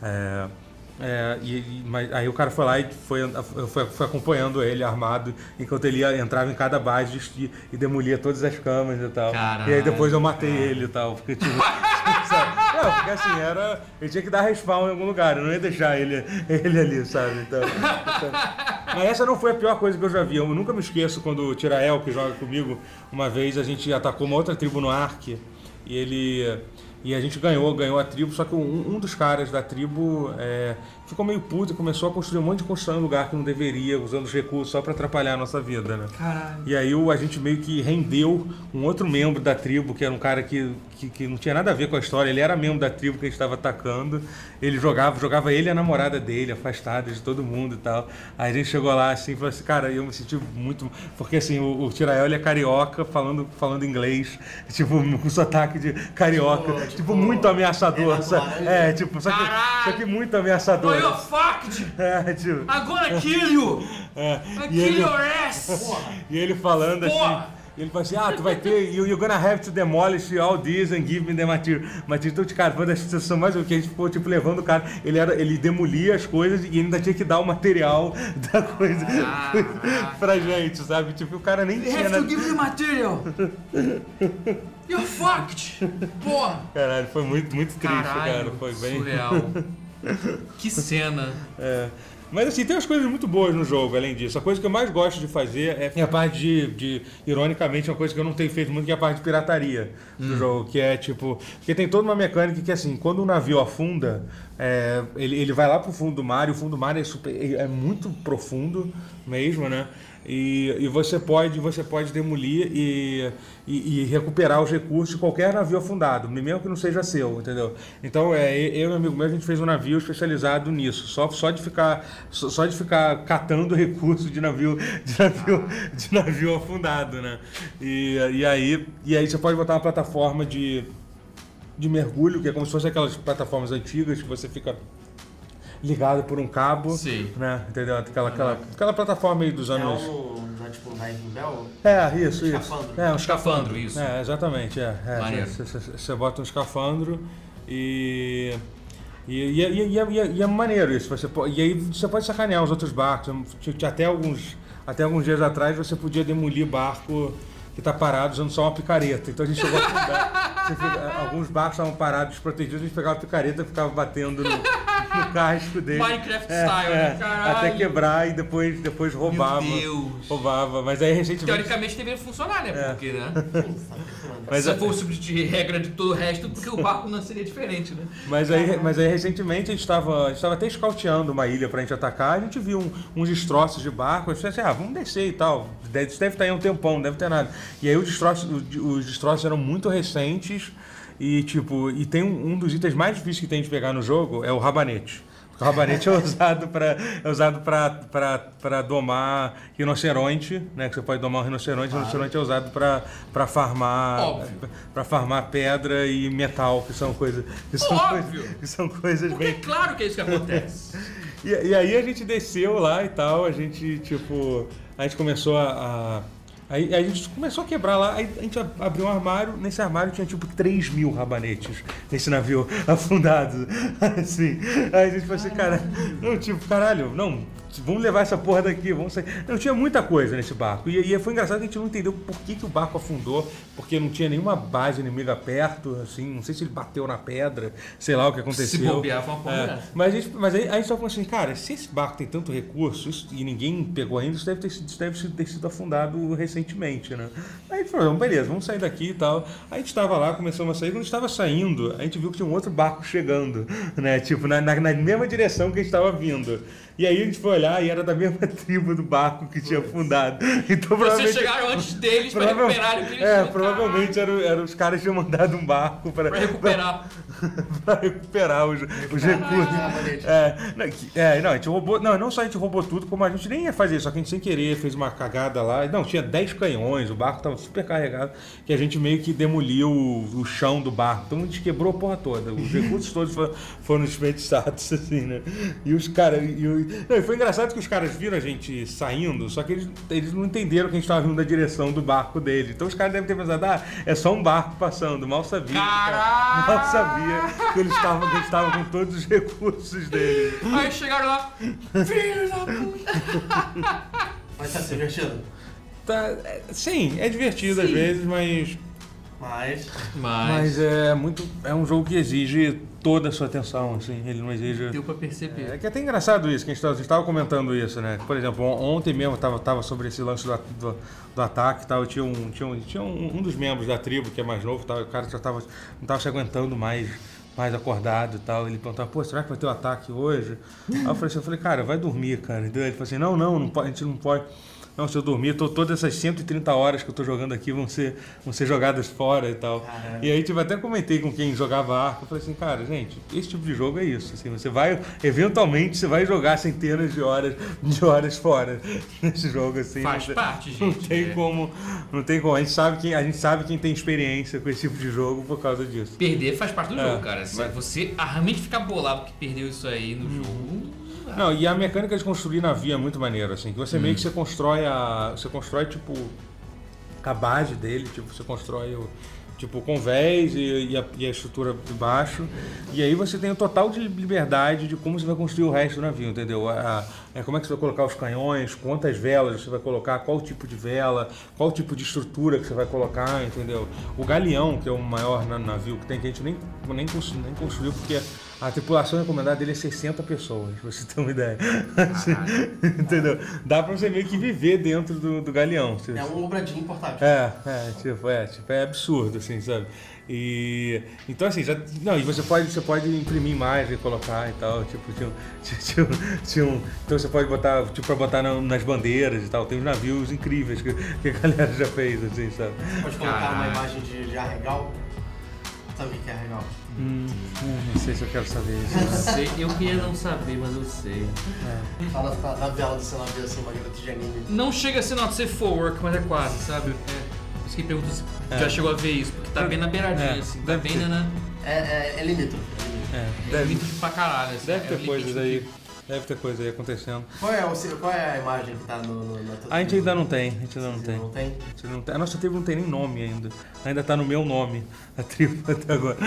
Mas aí o cara foi lá e foi acompanhando ele armado enquanto ele entrava em cada base e demolia todas as camas e tal. Caralho. E aí depois eu matei ele e tal, porque tipo, sabe? Não, porque assim, ele tinha que dar respawn em algum lugar, eu não ia deixar ele ali, sabe? Então, mas essa não foi a pior coisa que eu já vi. Eu nunca me esqueço quando o Tirael, que joga comigo, uma vez a gente atacou uma outra tribo no Ark e a gente ganhou a tribo, só que um dos caras da tribo ficou meio puto e começou a construir um monte de construção em lugar que não deveria, usando os recursos só pra atrapalhar a nossa vida, né? Caralho. E aí a gente meio que rendeu um outro membro da tribo, que era um cara que não tinha nada a ver com a história, ele era membro da tribo que a gente estava atacando, ele jogava ele e a namorada dele, afastada de todo mundo e tal. Aí a gente chegou lá assim e falou assim, cara, eu me senti muito... Porque assim, o Tirael, ele é carioca, falando inglês, tipo, com sotaque de carioca, tipo muito ameaçador, sabe? Só que muito ameaçador. Oh, you're fucked! Tipo... I'm gonna kill you! I kill your ass! E ele falando assim... Ele falou assim, tu vai ter... You're gonna have to demolish all this and give me the material. Mas então, cara, foi da situação mais... que a gente ficou, tipo, levando o cara... Ele demolia as coisas e ainda tinha que dar o material da coisa pra gente, sabe? Tipo, o cara nem tinha... You have to give the material! You're fucked! Porra! Caralho, foi muito triste, cara. Foi bem... surreal. Que cena. Mas assim, tem umas coisas muito boas no jogo, além disso. A coisa que eu mais gosto de fazer é a parte de ironicamente, uma coisa que eu não tenho feito muito, que é a parte de pirataria do jogo. Que é tipo... Porque tem toda uma mecânica que assim, quando um navio afunda, ele vai lá pro fundo do mar, e o fundo do mar é muito profundo mesmo, né? E você pode demolir e recuperar os recursos de qualquer navio afundado, mesmo que não seja seu, entendeu? Então, eu e um amigo meu, a gente fez um navio especializado nisso, só de ficar catando recursos de navio afundado, né? E aí você pode botar uma plataforma de mergulho, que é como se fosse aquelas plataformas antigas que você fica ligado por um cabo. Sim. Né? Entendeu? Aquela plataforma aí dos anos... Não é tipo um diving bell? Isso. Escafandro. Um escafandro, isso. Exatamente. Você bota um escafandro e é maneiro isso. E aí você pode sacanear os outros barcos. Até alguns dias atrás você podia demolir barco que está parado usando só uma picareta. Então a gente chegou a afundar. Alguns barcos estavam parados, desprotegidos, a gente pegava a picareta e ficava batendo no casco dele. Minecraft style, né? Caralho. Até quebrar e depois roubava. Meu Deus. Roubava. Mas aí recentemente... Teoricamente deveria funcionar, né? Porque, né? Mas se fosse de regra de todo o resto, porque o barco não seria diferente, né? Mas aí recentemente a gente estava até escalteando uma ilha pra gente atacar, a gente viu uns destroços de barco, a gente falou assim, vamos descer e tal. Isso deve estar aí um tempão, não deve ter nada. E aí os destroços eram muito recentes e tem um dos itens mais difíceis que tem de pegar no jogo é o rabanete. Porque o rabanete é usado para domar rinoceronte, né? Que você pode domar um rinoceronte. O rinoceronte é usado para farmar pedra e metal, que são coisas bem... claro que é isso que acontece. E aí a gente desceu lá e tal, a gente começou Aí a gente começou a quebrar lá, aí a gente abriu um armário, nesse armário tinha 3.000 rabanetes nesse navio afundado, assim. Aí a gente falou assim, caralho, vamos levar essa porra daqui, vamos sair. Não tinha muita coisa nesse barco. E foi engraçado que a gente não entendeu por que o barco afundou, porque não tinha nenhuma base inimiga perto, assim, não sei se ele bateu na pedra, sei lá o que aconteceu. Se bobear, foi uma porra. Mas aí a gente só falou assim, cara, se esse barco tem tanto recurso e ninguém pegou ainda, isso deve ter sido afundado recentemente, né? Aí a gente falou, beleza, vamos sair daqui e tal. Aí a gente estava lá, começamos a sair, quando a gente estava saindo, a gente viu que tinha um outro barco chegando, né? Tipo, na mesma direção que a gente estava vindo. E aí a gente foi olhar e era da mesma tribo do barco que tinha afundado. Então, vocês chegaram antes deles para recuperar o que eles tinham. Provavelmente eram os caras que tinham mandado um barco para recuperar. Para recuperar os recursos. A gente roubou. Não só a gente roubou tudo, como a gente nem ia fazer, só que a gente sem querer fez uma cagada lá. Não, tinha 10 canhões, o barco estava super carregado, que a gente meio que demoliu o chão do barco. Então a gente quebrou a porra toda. Os recursos todos foram desperdiçados, assim, né? E os caras. Não, e foi engraçado que os caras viram a gente saindo, só que eles não entenderam que a gente estava vindo da direção do barco dele. Então os caras devem ter pensado, é só um barco passando. Mal sabia. Mal sabia que eles estavam com todos os recursos dele. Aí chegaram lá, filhos da puta. Mas tá divertido? Sim, é divertido às vezes, mas é um jogo que exige toda a sua atenção, assim, ele não exige... Deu pra perceber. É que é até engraçado isso, que a gente estava comentando isso, né? Por exemplo, ontem mesmo tava sobre esse lance do ataque e tal, tinha um dos membros da tribo, que é mais novo, o cara já não estava se aguentando mais acordado e tal, ele perguntava, pô, será que vai ter um ataque hoje? Aí eu falei, cara, vai dormir, cara. Então ele falou assim, não pode, a gente não pode... Não, se eu dormir, todas essas 130 horas que eu tô jogando aqui vão ser jogadas fora e tal. Caramba. E aí, tipo, até comentei com quem jogava arco, eu falei assim, cara, gente, esse tipo de jogo é isso, assim, eventualmente você vai jogar centenas de horas fora nesse jogo, assim. Faz parte, gente. Não tem como, a gente sabe quem tem experiência com esse tipo de jogo por causa disso. Perder faz parte do jogo, cara. Se você realmente ficar bolado que perdeu isso aí no jogo... Não, e a mecânica de construir navio é muito maneiro, assim, que você meio que você constrói tipo a base dele, tipo, você constrói o convés e a estrutura de baixo, e aí você tem o total de liberdade de como você vai construir o resto do navio, entendeu? Como é que você vai colocar os canhões, quantas velas você vai colocar, qual tipo de vela, qual tipo de estrutura que você vai colocar, entendeu? O galeão, que é o maior navio que tem, que a gente nem construiu, porque a tripulação recomendada dele é 60 pessoas, pra você ter uma ideia. Assim, entendeu? Dá pra você meio que viver dentro do galeão. É um obradinho portátil. É absurdo, assim, sabe? E então assim, e você pode imprimir imagem e colocar e tal, tipo, então você pode botar, tipo, pra botar nas bandeiras e tal, tem uns navios incríveis que a galera já fez, assim, sabe? Você pode colocar uma imagem de arregal? Sabe o que é arregal? Não sei se eu quero saber isso. Eu sei, eu queria não saber, mas eu sei. Fala da vela do seu navio, assim, uma garota de anime. Não chega a ser not safe for work, mas é quase, sabe? Por isso que pergunta se já chegou a ver isso, porque tá bem na beiradinha, assim, tá bem na... É limítrofe. É limítrofe pra caralho, assim. Deve ter coisas aí. Deve ter coisa aí acontecendo. Qual é a imagem que tá na A gente ainda não tem. Não tem? A nossa tribo não tem nem nome ainda. Ainda tá no meu nome, a tribo até agora.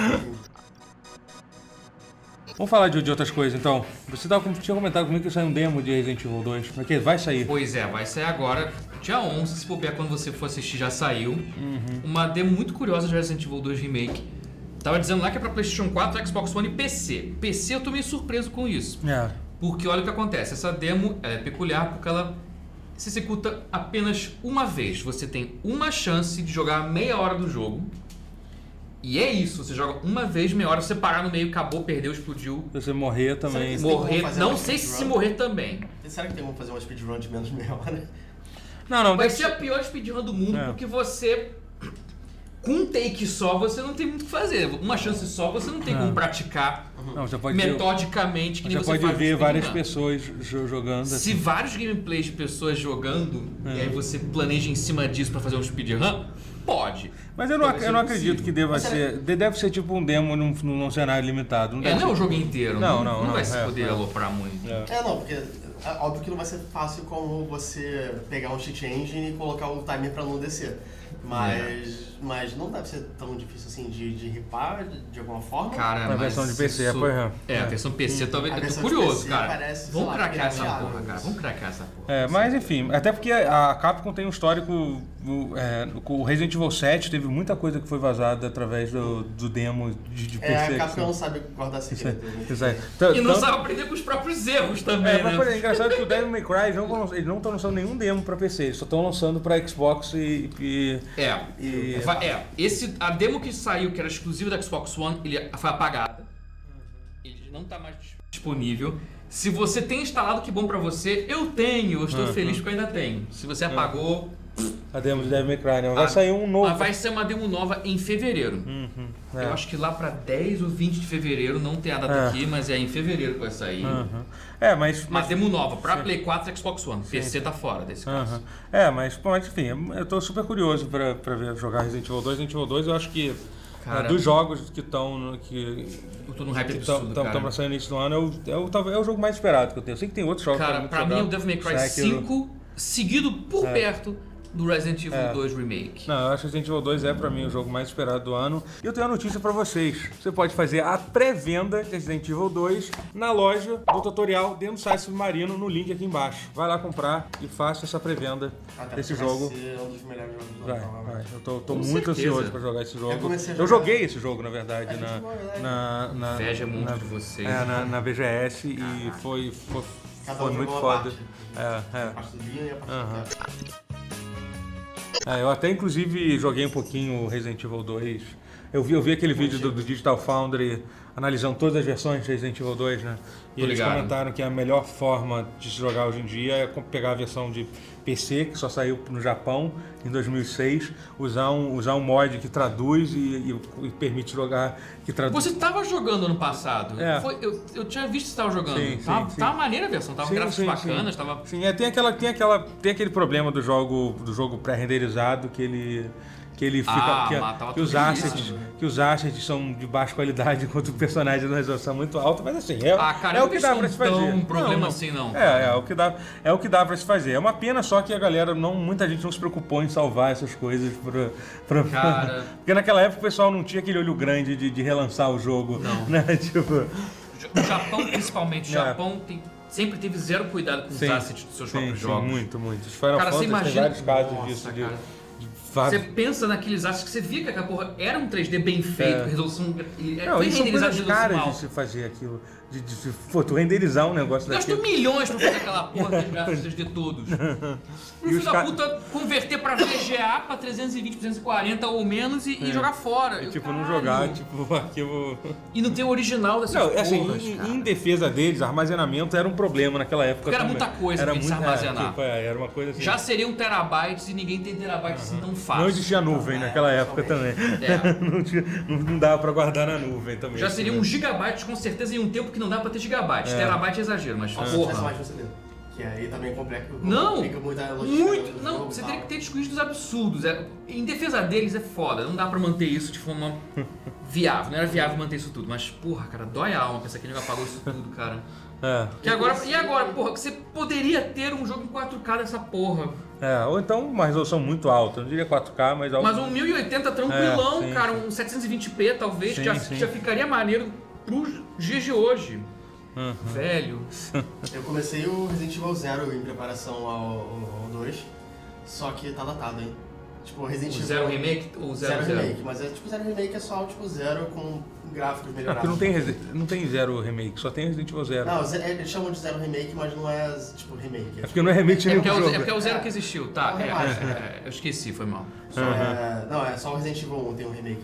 Vamos falar de outras coisas, então. Você tinha comentado comigo que saiu um demo de Resident Evil 2. Porque vai sair. Pois é, vai sair agora. Dia 11, se bobear, quando você for assistir, já saiu. Uma demo muito curiosa de Resident Evil 2 Remake. Tava dizendo lá que é pra PlayStation 4, Xbox One e PC. PC eu tô meio surpreso com isso. Porque olha o que acontece. Essa demo é peculiar porque ela se executa apenas uma vez. Você tem uma chance de jogar meia hora do jogo. E é isso, você joga uma vez, meia hora, você parar no meio, acabou, perdeu, explodiu. Você morrer também. Não sei se morrer também. Será que tem como fazer uma speedrun de menos de meia hora? Não. Vai ser a pior speedrun do mundo, porque você... Com um take só, você não tem muito o que fazer. Uma chance só, você não tem como praticar metodicamente, que nem você pode ver várias pessoas jogando. Se vários gameplays de pessoas jogando, e aí você planeja em cima disso pra fazer um speedrun, pode. Mas eu não acredito que deva ser. Deve ser tipo um demo num cenário limitado. Não é o jogo inteiro. Não vai se poder aloprar muito. Porque Óbvio que não vai ser fácil como você pegar um cheat engine e colocar o timer pra não descer. Mas não deve ser tão difícil assim de ripar de alguma forma. Cara, a versão de PC a versão PC talvez. Eu tô curioso, cara. Vamos craquear essa porra, cara. Vamos craquear essa porra. Mas enfim, até porque a Capcom tem um histórico. O Resident Evil 7 teve muita coisa que foi vazada através do demo de PC. A Capcom não sabe guardar segredo. E não sabe aprender com os próprios erros também, né? Mas é engraçado que o Devil May Cry, eles não estão lançando nenhum demo pra PC, eles só estão lançando pra Xbox a demo que saiu, que era exclusiva da Xbox One, ele foi apagada. Ele não tá mais disponível. Se você tem instalado, que bom pra você. Eu estou feliz porque eu ainda tenho. Se você apagou... A demo de Devil May Cry, né? Vai sair um novo. Vai ser uma demo nova em fevereiro. Eu acho que lá pra 10 ou 20 de fevereiro, não tem a data aqui, mas é em fevereiro que vai sair. Uma demo nova pra Play 4 e Xbox One. PC tá fora desse caso. Mas enfim, eu tô super curioso pra ver jogar Resident Evil 2. Resident Evil 2 eu acho que dos jogos que estão... Eu tô no hype absurdo, cara. Estão pra sair no início do ano, é o jogo mais esperado que eu tenho. Eu sei que tem outros jogos... Cara, pra mim é o Devil May Cry 5, seguido por perto do Resident Evil 2 Remake. Não, eu acho que Resident Evil 2 é pra mim o jogo mais esperado do ano. E eu tenho uma notícia pra vocês. Você pode fazer a pré-venda de Resident Evil 2 na loja do tutorial dentro do site Submarino, no link aqui embaixo. Vai lá comprar e faça essa pré-venda desse jogo. Vai ser um dos melhores jogos do ano. Vai. Eu tô muito ansioso pra jogar esse jogo. Eu joguei esse jogo, na verdade, na inveja muito de vocês. Na VGS e foi muito foda. A parte do Leon e a parte do eu até inclusive joguei um pouquinho o Resident Evil 2. Eu vi aquele vídeo do Digital Foundry analisando todas as versões de Resident Evil 2, né? E eles comentaram que a melhor forma de se jogar hoje em dia é pegar a versão de PC, que só saiu no Japão em 2006, usar um mod que traduz e permite jogar, que traduz. Você estava jogando ano passado. Eu tinha visto que você estava jogando. Sim. Tava maneira a versão, tava gráficos bacanas. Tava... Sim, tem aquele problema do jogo pré-renderizado que ele fica. Que os assets são de baixa qualidade enquanto o personagem de resolução muito alta, mas assim, é o que dá pra se fazer. Um problema assim, não. É o que dá pra se fazer. É uma pena só que a galera, muita gente não se preocupou em salvar essas coisas Cara... Porque naquela época o pessoal não tinha aquele olho grande de relançar o jogo. Não. Né? Tipo... O Japão, principalmente, sempre teve zero cuidado com os assets dos seus próprios jogos. Muito. Os Final Fantasy tem vários casos disso. Você pensa naqueles assets que você via que aquela porra era um 3D bem feito, resolução... Foi renderizado de caras de se fazer aquilo. Tu renderizar um negócio daquele. Gastou milhões pra fazer aquela porra dos gráficos 3D todos. Pro filho da puta converter pra VGA pra 320, 340 ou menos e jogar fora. Não jogar, arquivo... E não tem o original dessas porras, assim, em defesa deles, armazenamento era um problema naquela época. Porque era muita coisa pra se armazenar. Era uma coisa assim. Já seria 1 terabyte e ninguém tem terabyte assim tão fácil. Não existia nuvem naquela época também. Não dava pra guardar na nuvem também. Já seria 1 gigabyte com certeza em um tempo que não dá pra ter gigabyte. Terabyte é exagero, mas porra. Que aí também complica muito. Não, você teria que ter discos absurdos. Em defesa deles é foda. Não dá pra manter isso de forma viável. Não era viável manter isso tudo. Mas, porra, cara, dói a alma pensar que ele já pagou isso tudo, cara. E agora, porra, você poderia ter um jogo em 4K dessa porra. Ou então uma resolução muito alta. Eu não diria 4K, mas... Mas um 1080 tranquilão, cara. Um 720p talvez, que já ficaria maneiro pros dias de hoje. Velho. Eu comecei o Resident Evil 0 em preparação ao 2, só que tá datado, hein? Tipo, Resident Evil... 0 Remake ou 0 Remake, mas tipo 0 Remake é só tipo 0 com gráficos melhorados. Porque não tem 0 Remake, só tem Resident Evil 0. Não, eles chamam de 0 Remake, mas não é tipo remake. É porque não é remake de nenhum jogo. É porque é o 0 que existiu, tá? Eu esqueci, foi mal. Não, é só o Resident Evil 1 tem um remake.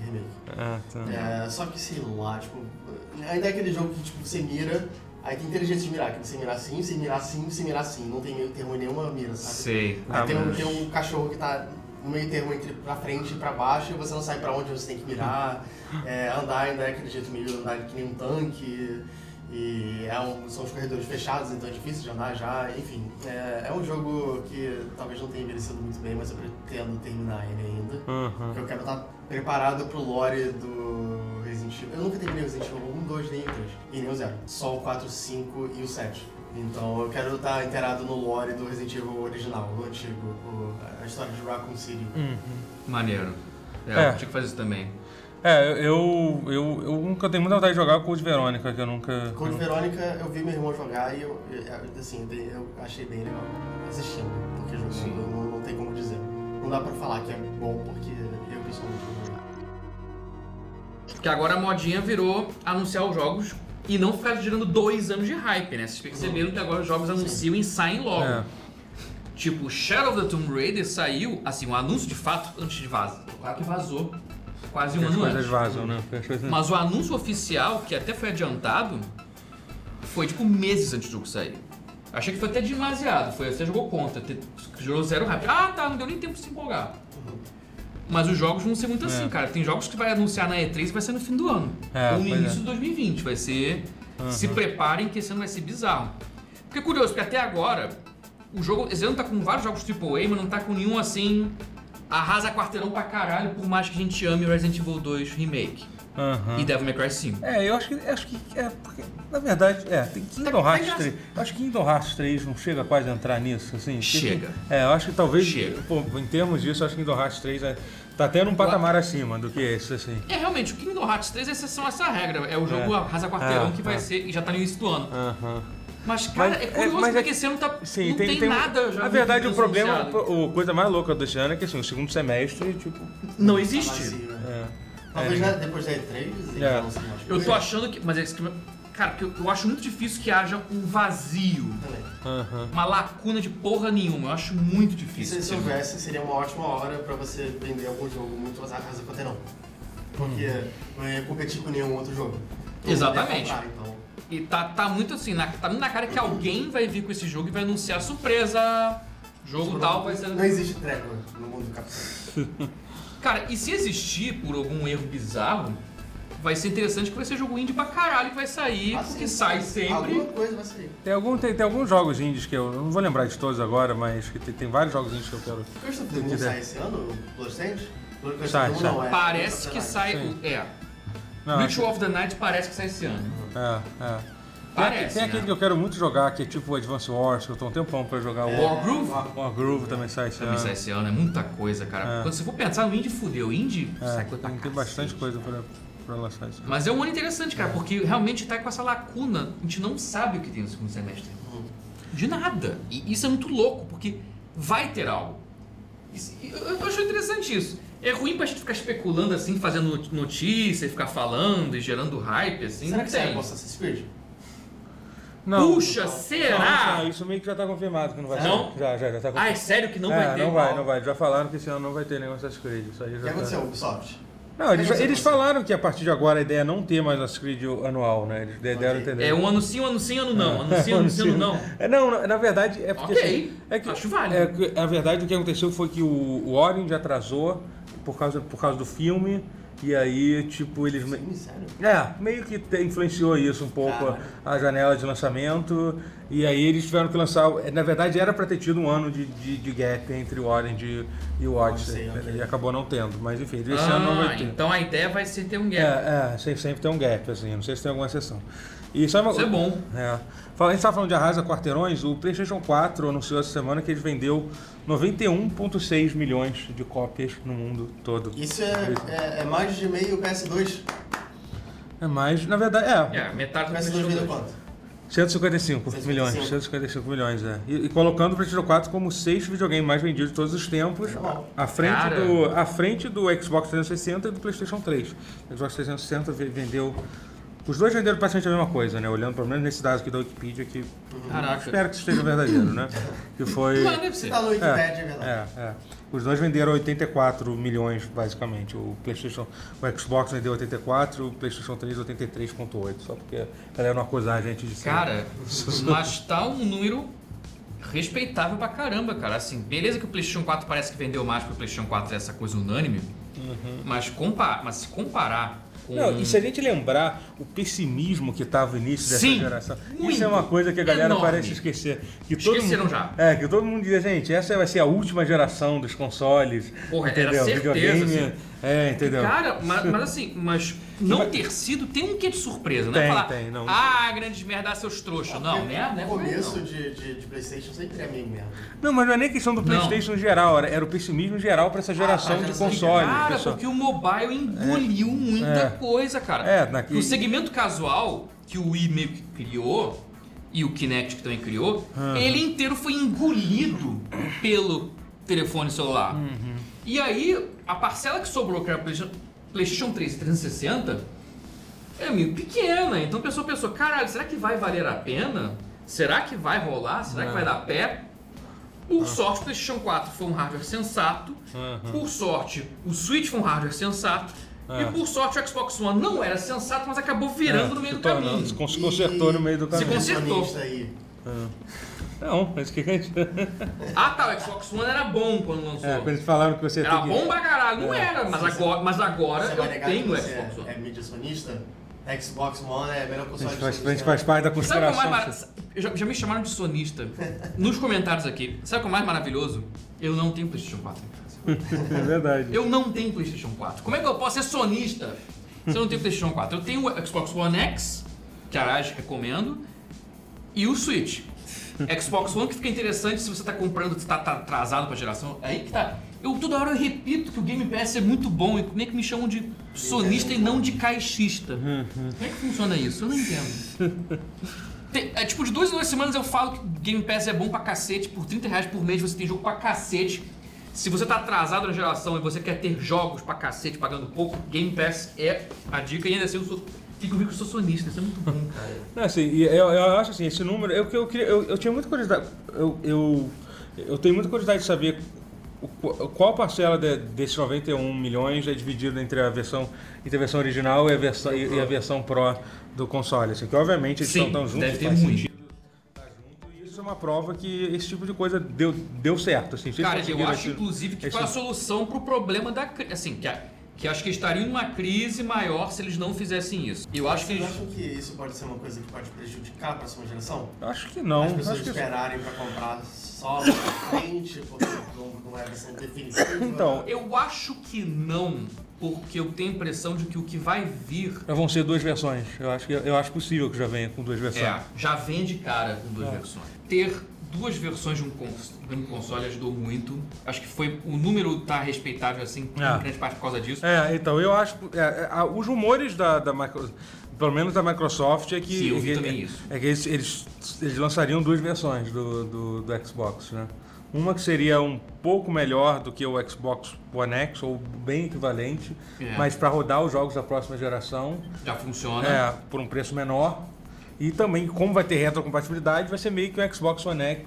Só que sei lá, tipo... Ainda é aquele jogo que tipo, você mira, aí tem inteligência de mirar, que você mirar assim, você mirar assim, você mirar assim. Não tem meio termo em nenhuma mira, sabe? Sei. Aí tem um cachorro que tá no meio termo entre pra frente e pra baixo, e você não sabe pra onde você tem que mirar. Andar ainda é aquele jeito meio andar que nem um tanque. E são os corredores fechados, então é difícil de andar já. Enfim, é um jogo que talvez não tenha envelhecido muito bem, mas eu pretendo terminar ele ainda. Porque eu quero estar preparado pro lore do Resident Evil. Eu nunca terminei o Resident Evil 1, 2, nem o 3 e nem o 0. Só o 4, 5 e o 7. Então eu quero estar inteirado no lore do Resident Evil original, o antigo, a história de Raccoon City. Maneiro. Eu tinha que fazer isso também. Eu nunca tenho muita vontade de jogar o Code Verônica, que eu nunca... Code Verônica, eu vi meu irmão jogar e eu achei bem legal assistindo, porque jogando não tem como dizer. Não dá pra falar que é bom, porque eu pessoalmente não joguei. Porque agora a modinha virou anunciar os jogos e não ficar gerando 2 anos de hype, né? Vocês perceberam que agora os jogos anunciam e saem logo. Tipo, Shadow of the Tomb Raider saiu, assim, um anúncio de fato antes de vazar. Claro que vazou quase um ano antes. Vazam, né? Mas o anúncio oficial, que até foi adiantado, foi tipo meses antes do jogo sair. Achei que foi até demasiado, você jogou contra, gerou 0 hype. Não deu nem tempo de se empolgar. Mas os jogos vão ser muito assim, cara. Tem jogos que vai anunciar na E3 e vai ser no fim do ano. Ou no início de 2020. Vai ser... Se preparem que esse ano vai ser bizarro. Porque é curioso, porque até agora, o jogo... Esse ano tá com vários jogos AAA, mas não tá com nenhum assim... Arrasa quarteirão pra caralho, por mais que a gente ame o Resident Evil 2 Remake. E Devil May Cry 5. Eu acho que porque, na verdade, tem Kingdom Hearts 3. Eu acho que Kingdom Hearts 3 não chega quase a entrar nisso, assim. Chega. Eu acho que talvez, em termos disso, eu acho que Kingdom Hearts 3 tá tendo um patamar acima do que esse, assim. Realmente, o Kingdom Hearts 3 é exceção a essa regra. É o jogo arrasa quarteirão que vai ser, e já tá no início do ano. Mas, cara, é curioso porque esse ano não tem nada já. Na verdade, o problema, a coisa mais louca desse ano é que assim, o segundo semestre, tipo... Não existe. Talvez depois da E3 não sei mais. Eu tô achando que... Mas cara, porque eu acho muito difícil que haja um vazio. Uma lacuna de porra nenhuma. Eu acho muito difícil. E se houvesse, seria uma ótima hora pra você vender algum jogo muito arrasa quarteirão. Porque não ia competir com nenhum outro jogo. Exatamente. E tá muito assim, tá muito na cara que alguém vai vir com esse jogo e vai anunciar surpresa, jogo tal, vai ser... Não existe trégua no mundo do capitalismo. Cara, e se existir por algum erro bizarro, vai ser interessante que vai ser jogo indie pra caralho que vai sair, porque sai sempre. Alguma coisa vai sair. Tem alguns jogos indies que eu não vou lembrar de todos agora, mas que tem vários jogos indies que eu quero... Curse of the Moon sai esse ano? O Bloodstained? Sai. Parece que sai... Ritual of the Night parece que sai esse ano. Parece, tem aquele que eu quero muito jogar, que é tipo o Advance Wars, que eu tô um tempão pra jogar. Wargroove? Wargroove também sai esse ano. Também sai esse ano, é muita coisa, cara. Quando você for pensar no indie, fudeu. Indie sai coisa pra tem bastante coisa pra lançar isso. Mas é um ano interessante, cara, porque realmente tá com essa lacuna. A gente não sabe o que tem no segundo semestre. De nada. E isso é muito louco, porque vai ter algo. Eu acho interessante isso. É ruim pra gente ficar especulando assim, fazendo notícia e ficar falando e gerando hype, assim. Será que sai Assassin's Creed? Não. Puxa, será? Não, isso meio que já tá confirmado que não vai ser. Não? Já tá confirmado. É sério que não vai ter? Não vai. Já falaram que esse ano não vai ter nenhum Assassin's Creed. Isso aí já o que aconteceu, Ubisoft? Não, eles falaram que a partir de agora a ideia é não ter mais Assassin's Creed anual, né? Eles deram a entender. É um ano sim, ano não. Ano sim, ano não. Não, na verdade é porque... Ok, assim, acho válido. Na verdade o que aconteceu foi que o Orange atrasou por causa do filme. E aí, tipo, eles... Sério? Meio que influenciou isso um pouco a janela de lançamento. E aí eles tiveram que lançar... Na verdade, era pra ter tido um ano de gap entre o Orange e o Odyssey. E acabou não tendo. Mas enfim, esse ano não vai ter. Então a ideia vai ser ter um gap. Sempre tem um gap, assim. Não sei se tem alguma exceção. Isso é bom. A gente estava falando de arrasa quarteirões. O PlayStation 4 anunciou essa semana que ele vendeu 91,6 milhões de cópias no mundo todo. Isso é mais de meio PS2? É mais, na verdade, metade do PS2 vendeu quanto? 155 milhões, E colocando o PlayStation 4 como o 6º videogame mais vendido de todos os tempos, à frente do Xbox 360 e do PlayStation 3. O Xbox 360 vendeu... Os dois venderam praticamente a mesma coisa, né? Olhando pelo menos nesses dados aqui da Wikipedia, que espero que esteja verdadeiro, né? Que foi... Não, deve ser. Tá no Wikipedia, é verdade. Os dois venderam 84 milhões, basicamente. O Xbox vendeu 84, o PlayStation 3 83,8. Só porque a galera não acusar a gente de ser... Cara, mas tá um número respeitável pra caramba, cara. Assim, beleza que o PlayStation 4 parece que vendeu mais, porque o PlayStation 4 é essa coisa unânime. Mas se comparar... Não, e se a gente lembrar o pessimismo que estava no início dessa geração, isso é uma coisa que a galera parece esquecer. Esqueceram já. Que todo mundo dizia, gente, essa vai ser a última geração dos consoles. Porra, entendeu? Era certeza, Videogame assim. Entendeu? Cara, mas não ter sido tem um quê de surpresa, né? Tem, não. Grandes merda, seus trouxas. Não, merda, O começo de PlayStation sempre é meio merda. Não, mas não é nem questão do PlayStation em geral, era o pessimismo geral pra essa geração de console. Cara, porque o mobile engoliu muita coisa, cara. O segmento casual que o Wii meio que criou, e o Kinect que também criou, ele inteiro foi engolido pelo telefone celular. E aí, a parcela que sobrou, que era PlayStation 3 e 360, é meio pequena. Então a pessoa pensou, caralho, será que vai valer a pena? Será que vai rolar? Será que vai dar pé? Por sorte, o PlayStation 4 foi um hardware sensato. Por sorte, o Switch foi um hardware sensato. E por sorte, o Xbox One não era sensato, mas acabou virando no meio do caminho. Se consertou no meio do caminho. Se consertou. Não, mas que a gente... O Xbox One era bom quando lançou. Quando eles falaram que você era bom pra caralho, não era, mas agora eu tenho o Xbox One. É mídia sonista? Xbox One é melhor console de sonista. A gente faz parte da conspiração. Já me chamaram de sonista. Nos comentários aqui, sabe o que é o mais maravilhoso? Eu não tenho PlayStation 4 em casa. É verdade. Eu não tenho PlayStation 4. Como é que eu posso ser sonista se eu não tenho PlayStation 4? Eu tenho o Xbox One X, que aliás recomendo, e o Switch. Xbox One que fica interessante se você tá comprando, tá atrasado pra geração. Aí que tá. Toda hora eu repito que o Game Pass é muito bom e como é que me chamam de sonista e não de caixista? Como é que funciona isso? Eu não entendo. Tipo, de 2 em 2 semanas eu falo que o Game Pass é bom pra cacete, por R$30 por mês você tem jogo pra cacete. Se você tá atrasado na geração e você quer ter jogos pra cacete pagando pouco, Game Pass é a dica e ainda assim fico rico, eu sou sonista, isso é muito bom, cara. Não, assim, eu acho assim, esse número, eu tinha muita curiosidade, eu tenho muita curiosidade de saber qual parcela desses 91 milhões é dividida entre a versão original e a versão Pro do console, assim, que obviamente eles estão juntos, deve ter muito. Isso é uma prova que esse tipo de coisa deu certo, assim. Cara, eu acho inclusive que foi a solução pro problema assim, que acho que estariam numa crise maior se eles não fizessem isso. Vocês acham que isso pode ser uma coisa que pode prejudicar a próxima geração? Eu acho que não. As pessoas esperarem para comprar só na frente, porque não é a versão definitiva? Então, eu acho que não, porque eu tenho a impressão de que o que vai vir... Vão ser 2 versões. Eu acho possível que já venha com 2 versões. Já vem de cara com 2 versões. Ter 2 versões de um console ajudou muito. Acho que o número tá respeitável assim, em grande parte por causa disso. Então eu acho os rumores da pelo menos da Microsoft é que sim, eu vi também isso. É que eles lançariam 2 versões do Xbox, né? Uma que seria um pouco melhor do que o Xbox One X, ou bem equivalente, mas para rodar os jogos da próxima geração. Já funciona. Por um preço menor. E também, como vai ter retrocompatibilidade, vai ser meio que um Xbox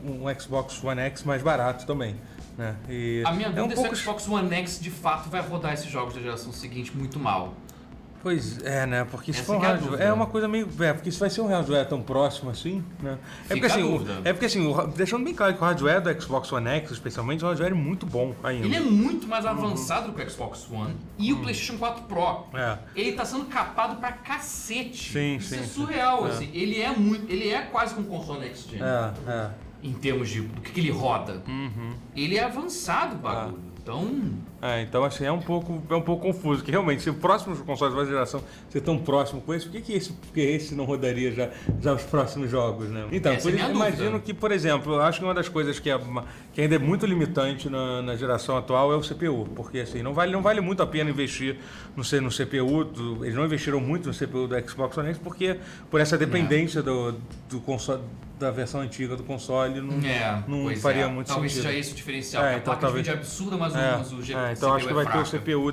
One X mais barato também. Né? A minha dúvida é se o Xbox One X de fato vai rodar esses jogos da geração seguinte muito mal. Pois é, né? Porque se for um hardware, é uma coisa meio... porque isso vai ser um hardware tão próximo assim, né? Porque assim, deixando bem claro que o hardware do Xbox One X, especialmente, é um hardware muito bom ainda. Ele é muito mais avançado que o Xbox One e o PlayStation 4 Pro. Ele tá sendo capado pra cacete. Isso é surreal, assim. Ele é quase que um console Next Gen. Em termos de do que ele roda. Ele é avançado, o bagulho. Então assim, é um pouco confuso, porque realmente, se o próximo console da geração ser tão próximo com esse, por que esse não rodaria já os próximos jogos, né? Então, por isso eu imagino que, por exemplo, eu acho que uma das coisas que ainda é muito limitante na geração atual é o CPU, porque assim, não vale muito a pena investir no CPU, eles não investiram muito no CPU do Xbox One X, porque por essa dependência do console, da versão antiga do console, não faria muito sentido. Talvez seja esse o diferencial, a placa de vídeo é absurda, mas o GPU então acho que vai ter o CPU,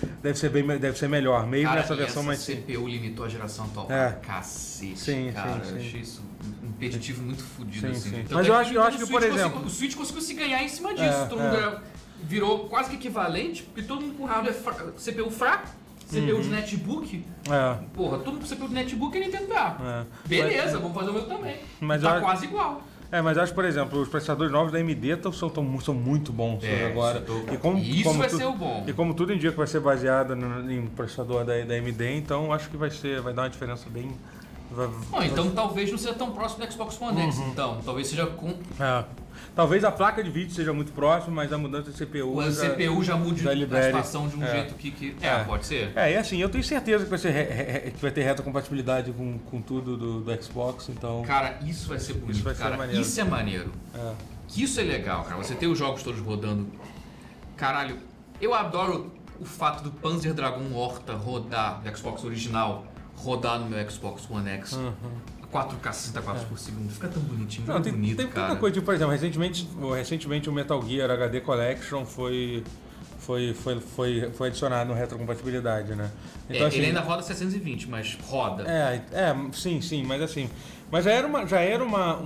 deve ser melhor, mesmo nessa versão mais simples. O CPU limitou a geração atual. Cacete, cara. Eu achei isso um impeditivo muito fodido. Assim. Então, mas eu acho que, por exemplo... O Switch conseguiu se ganhar em cima disso. Todo mundo virou quase que equivalente, porque todo mundo com hardware CPU fraco, CPU de netbook. Porra, todo mundo com CPU de netbook e Nintendo beleza, vamos fazer o meu também. Tá quase igual. Mas acho, por exemplo, os processadores novos da AMD são muito bons agora. Vai ser o bom. E como tudo indica que vai ser baseado em processador da AMD, então acho que vai dar uma diferença Bom, então talvez não seja tão próximo do Xbox One X, então. Talvez seja com... Talvez a placa de vídeo seja muito próxima, mas a mudança de CPU... A CPU já mude a situação de um jeito que... pode ser. E assim, eu tenho certeza que vai ter retrocompatibilidade com tudo do Xbox, então... Cara, isso vai ser bonito, maneiro. Isso é maneiro. Que isso é legal, cara. Você ter os jogos todos rodando. Caralho, eu adoro o fato do Panzer Dragoon Horta rodar, do Xbox original, rodar no meu Xbox One X. 4K 60 quadros por segundo. Fica tão bonitinho, muito bonito, tem cara. Tem coisa, por exemplo, recentemente o Metal Gear HD Collection foi adicionado no retrocompatibilidade, né? Então, assim, ele ainda roda 720, mas roda. Sim, mas assim... Mas já era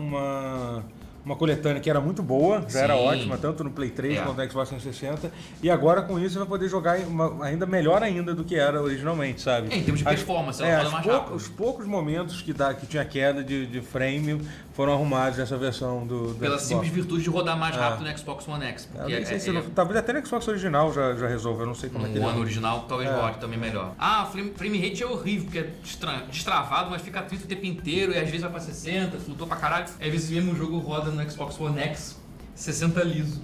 uma coletânea que era muito boa, já era ótima, tanto no Play 3 quanto no Xbox 360. E agora com isso você vai poder jogar ainda melhor ainda do que era originalmente, sabe? Em termos de performance, ela roda mais rápido. Os poucos momentos que tinha queda de frame foram arrumados nessa versão do Pela Xbox. simples virtude de rodar mais rápido no Xbox One X. Talvez até no Xbox original já resolva, eu não sei como é que no One original talvez rode também melhor. frame rate é horrível, porque é destravado, mas fica 30 o tempo inteiro, e às vezes vai pra 60, flutua pra caralho. Às vezes mesmo o jogo roda no Xbox One X 60 liso.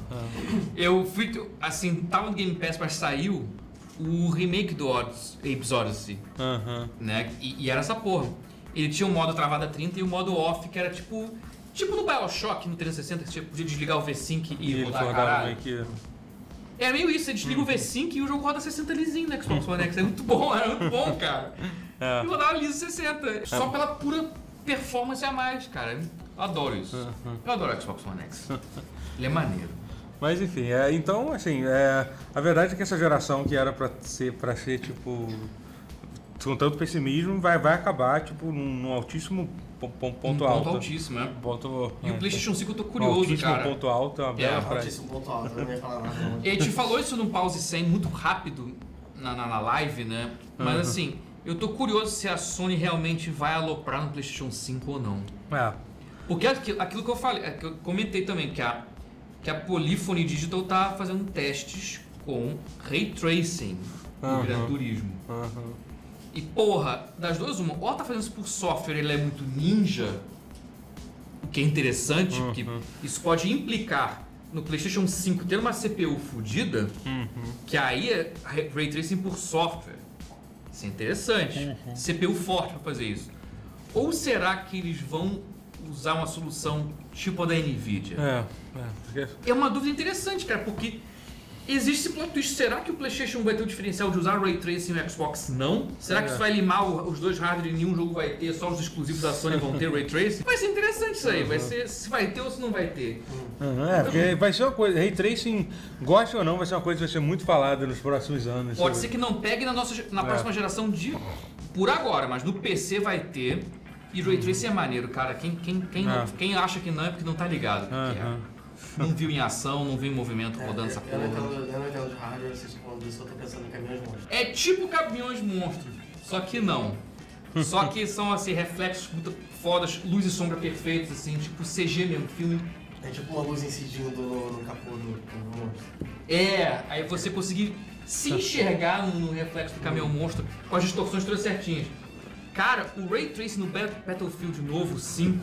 Eu fui, assim, tava no Game Pass, mas saiu o remake do Apes Odyssey, né? E era essa porra. Ele tinha um modo travado a 30 e o modo off, que era tipo no BioShock, no 360, que você podia desligar o V-Sync e rodar caralho. É meio isso, você desliga o V-Sync e o jogo roda 60 lisinho no Xbox One X. Era muito bom, cara. E rodava liso 60, só pela pura performance a mais, cara. Eu adoro isso. Eu adoro o Xbox One X. Ele é maneiro. Mas enfim, então assim, a verdade é que essa geração que era pra ser tipo, com tanto pessimismo, vai acabar tipo num altíssimo ponto alto. Altíssimo, né? E o PlayStation 5 eu tô curioso, cara. Ponto alto é uma bela frase. Altíssimo ponto alto, eu não ia falar nada. A gente falou isso no Pause 100 muito rápido na live, né? Mas assim, eu tô curioso se a Sony realmente vai aloprar no PlayStation 5 ou não. Porque aquilo que eu falei, que eu comentei também, que a Polyphony Digital tá fazendo testes com Ray Tracing no Gran Turismo. E porra, das duas uma, ou ela tá fazendo isso por software, ele é muito ninja, o que é interessante, porque isso pode implicar no PlayStation 5 ter uma CPU fodida, que aí é Ray Tracing por software. Isso é interessante. CPU forte pra fazer isso. Ou será que eles vão usar uma solução tipo a da Nvidia? É uma dúvida interessante, cara, porque existe esse plot twist. Será que o PlayStation vai ter o diferencial de usar Ray Tracing no Xbox? Não? Será que isso vai limar os dois hardware e nenhum jogo vai ter, só os exclusivos da Sony vão ter Ray Tracing? Vai ser interessante isso aí, vai ser se vai ter ou se não vai ter. Porque vai ser uma coisa, Ray Tracing, goste ou não, vai ser uma coisa que vai ser muito falada nos próximos anos. Pode ser que não pegue na próxima geração por agora, mas no PC vai ter. E Ray Tracing é maneiro, cara. Quem acha que não é porque não tá ligado. Não viu em ação, não viu em movimento rodando essa porra. Eu não entendo de hardware, vocês estão falando disso, eu tô pensando em caminhões monstros. É tipo caminhões monstros, só que não. Só que são assim, reflexos muito fodas, luz e sombra perfeitos, assim, tipo CG mesmo, filme. É tipo uma luz incidindo no capô do monstro. Aí você conseguir se enxergar no reflexo do caminhão monstro com as distorções todas certinhas. Cara, o Ray Tracing no Battlefield novo 5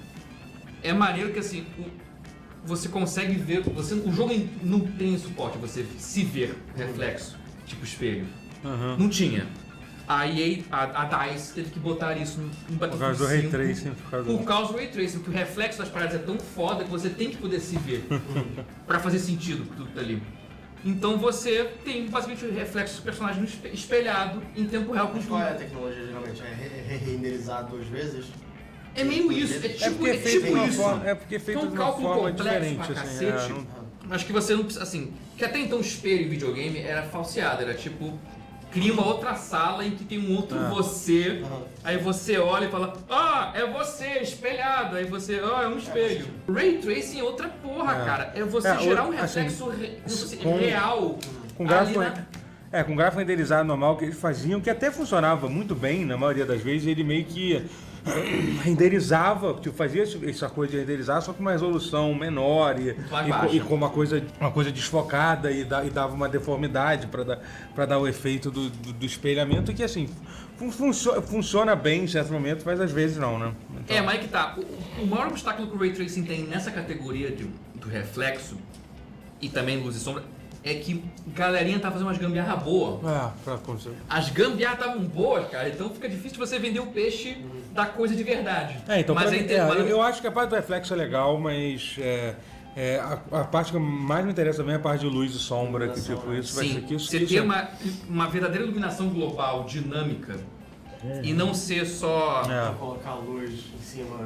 é maneiro que assim, você consegue ver, o jogo não tem suporte, você se ver reflexo, tipo espelho. Não tinha. A EA, a DICE teve que botar isso no Battlefield 5. Por causa do Ray Tracing. Por causa do Ray Tracing, porque o reflexo das paradas é tão foda que você tem que poder se ver pra fazer sentido tudo ali. Então você tem basicamente o reflexo do personagem espelhado em tempo real com o qual é a tecnologia geralmente? É renderizar 2 vezes? É meio isso, é tipo isso. É porque é feito de uma forma diferente, pra cacete. Acho que você não precisa, assim, que até então o espelho em videogame era falseado, era tipo, cria uma outra sala em que tem um outro você, aí você olha e fala, é você, espelhado, aí você, é um espelho. Ray Tracing é outra porra, cara, é você gerar um reflexo real com gráfico. Com gráfico renderizado normal que eles faziam, que até funcionava muito bem na maioria das vezes, ele meio que renderizava, tipo, fazia essa coisa de renderizar, só com uma resolução menor e com uma coisa desfocada e dava uma deformidade para dar o efeito do espelhamento, que assim funciona bem em certo momento, mas às vezes não, né? Então... mas é que tá. O maior obstáculo que o Ray Tracing tem nessa categoria do reflexo e também luz e sombra é que galerinha tá fazendo umas gambiarra boa. Pra acontecer. As gambiarra estavam boas, cara, então fica difícil você vender o peixe da coisa de verdade. Então mas eu acho que a parte do reflexo é legal, mas a parte que mais me interessa também é a parte de luz e sombra, que tipo, isso vai ser você ter uma verdadeira iluminação global, dinâmica, e não ser só... Colocar a luz em cima...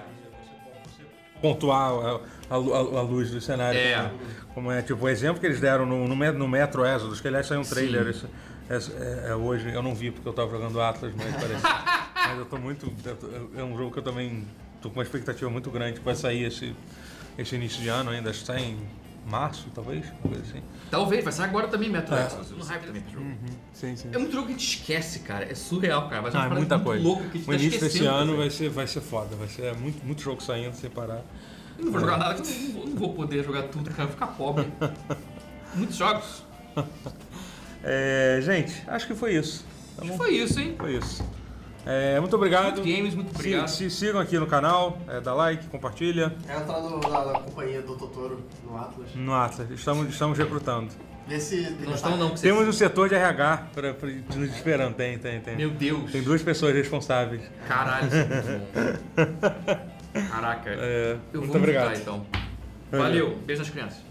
pontuar a luz do cenário. Como é, tipo, o exemplo que eles deram no Metro Exodus, que aliás saiu um trailer hoje, eu não vi porque eu tava jogando Atlas, mas parece. Mas eu tô muito... É um jogo que eu também tô com uma expectativa muito grande que vai sair esse início de ano ainda, acho que sai em março, talvez, uma coisa assim. Talvez, vai sair agora também Metro Exodus, no hype também pro jogo. Sim. É muito jogo que a gente esquece, cara, é surreal, cara. Vai ser é muita coisa. Louco que a gente o início desse ano vai ser foda, vai ser muito jogo saindo sem parar. Eu não vou jogar nada, eu não vou poder jogar tudo, cara, vou ficar pobre. Muitos jogos. Gente, acho que foi isso. Tá bom? Foi isso, hein? Foi isso. Muito obrigado. Muito obrigado. Se sigam aqui no canal, dá like, compartilha. Entra na companhia do Totoro, no Atlas. No Atlas, estamos recrutando. Vê se... Não estão não. Temos um setor de RH nos esperando, tem. Meu Deus. Tem 2 pessoas responsáveis. Caralho, isso é muito bom. Caraca. Muito obrigado. Então. Valeu. Beijo nas crianças.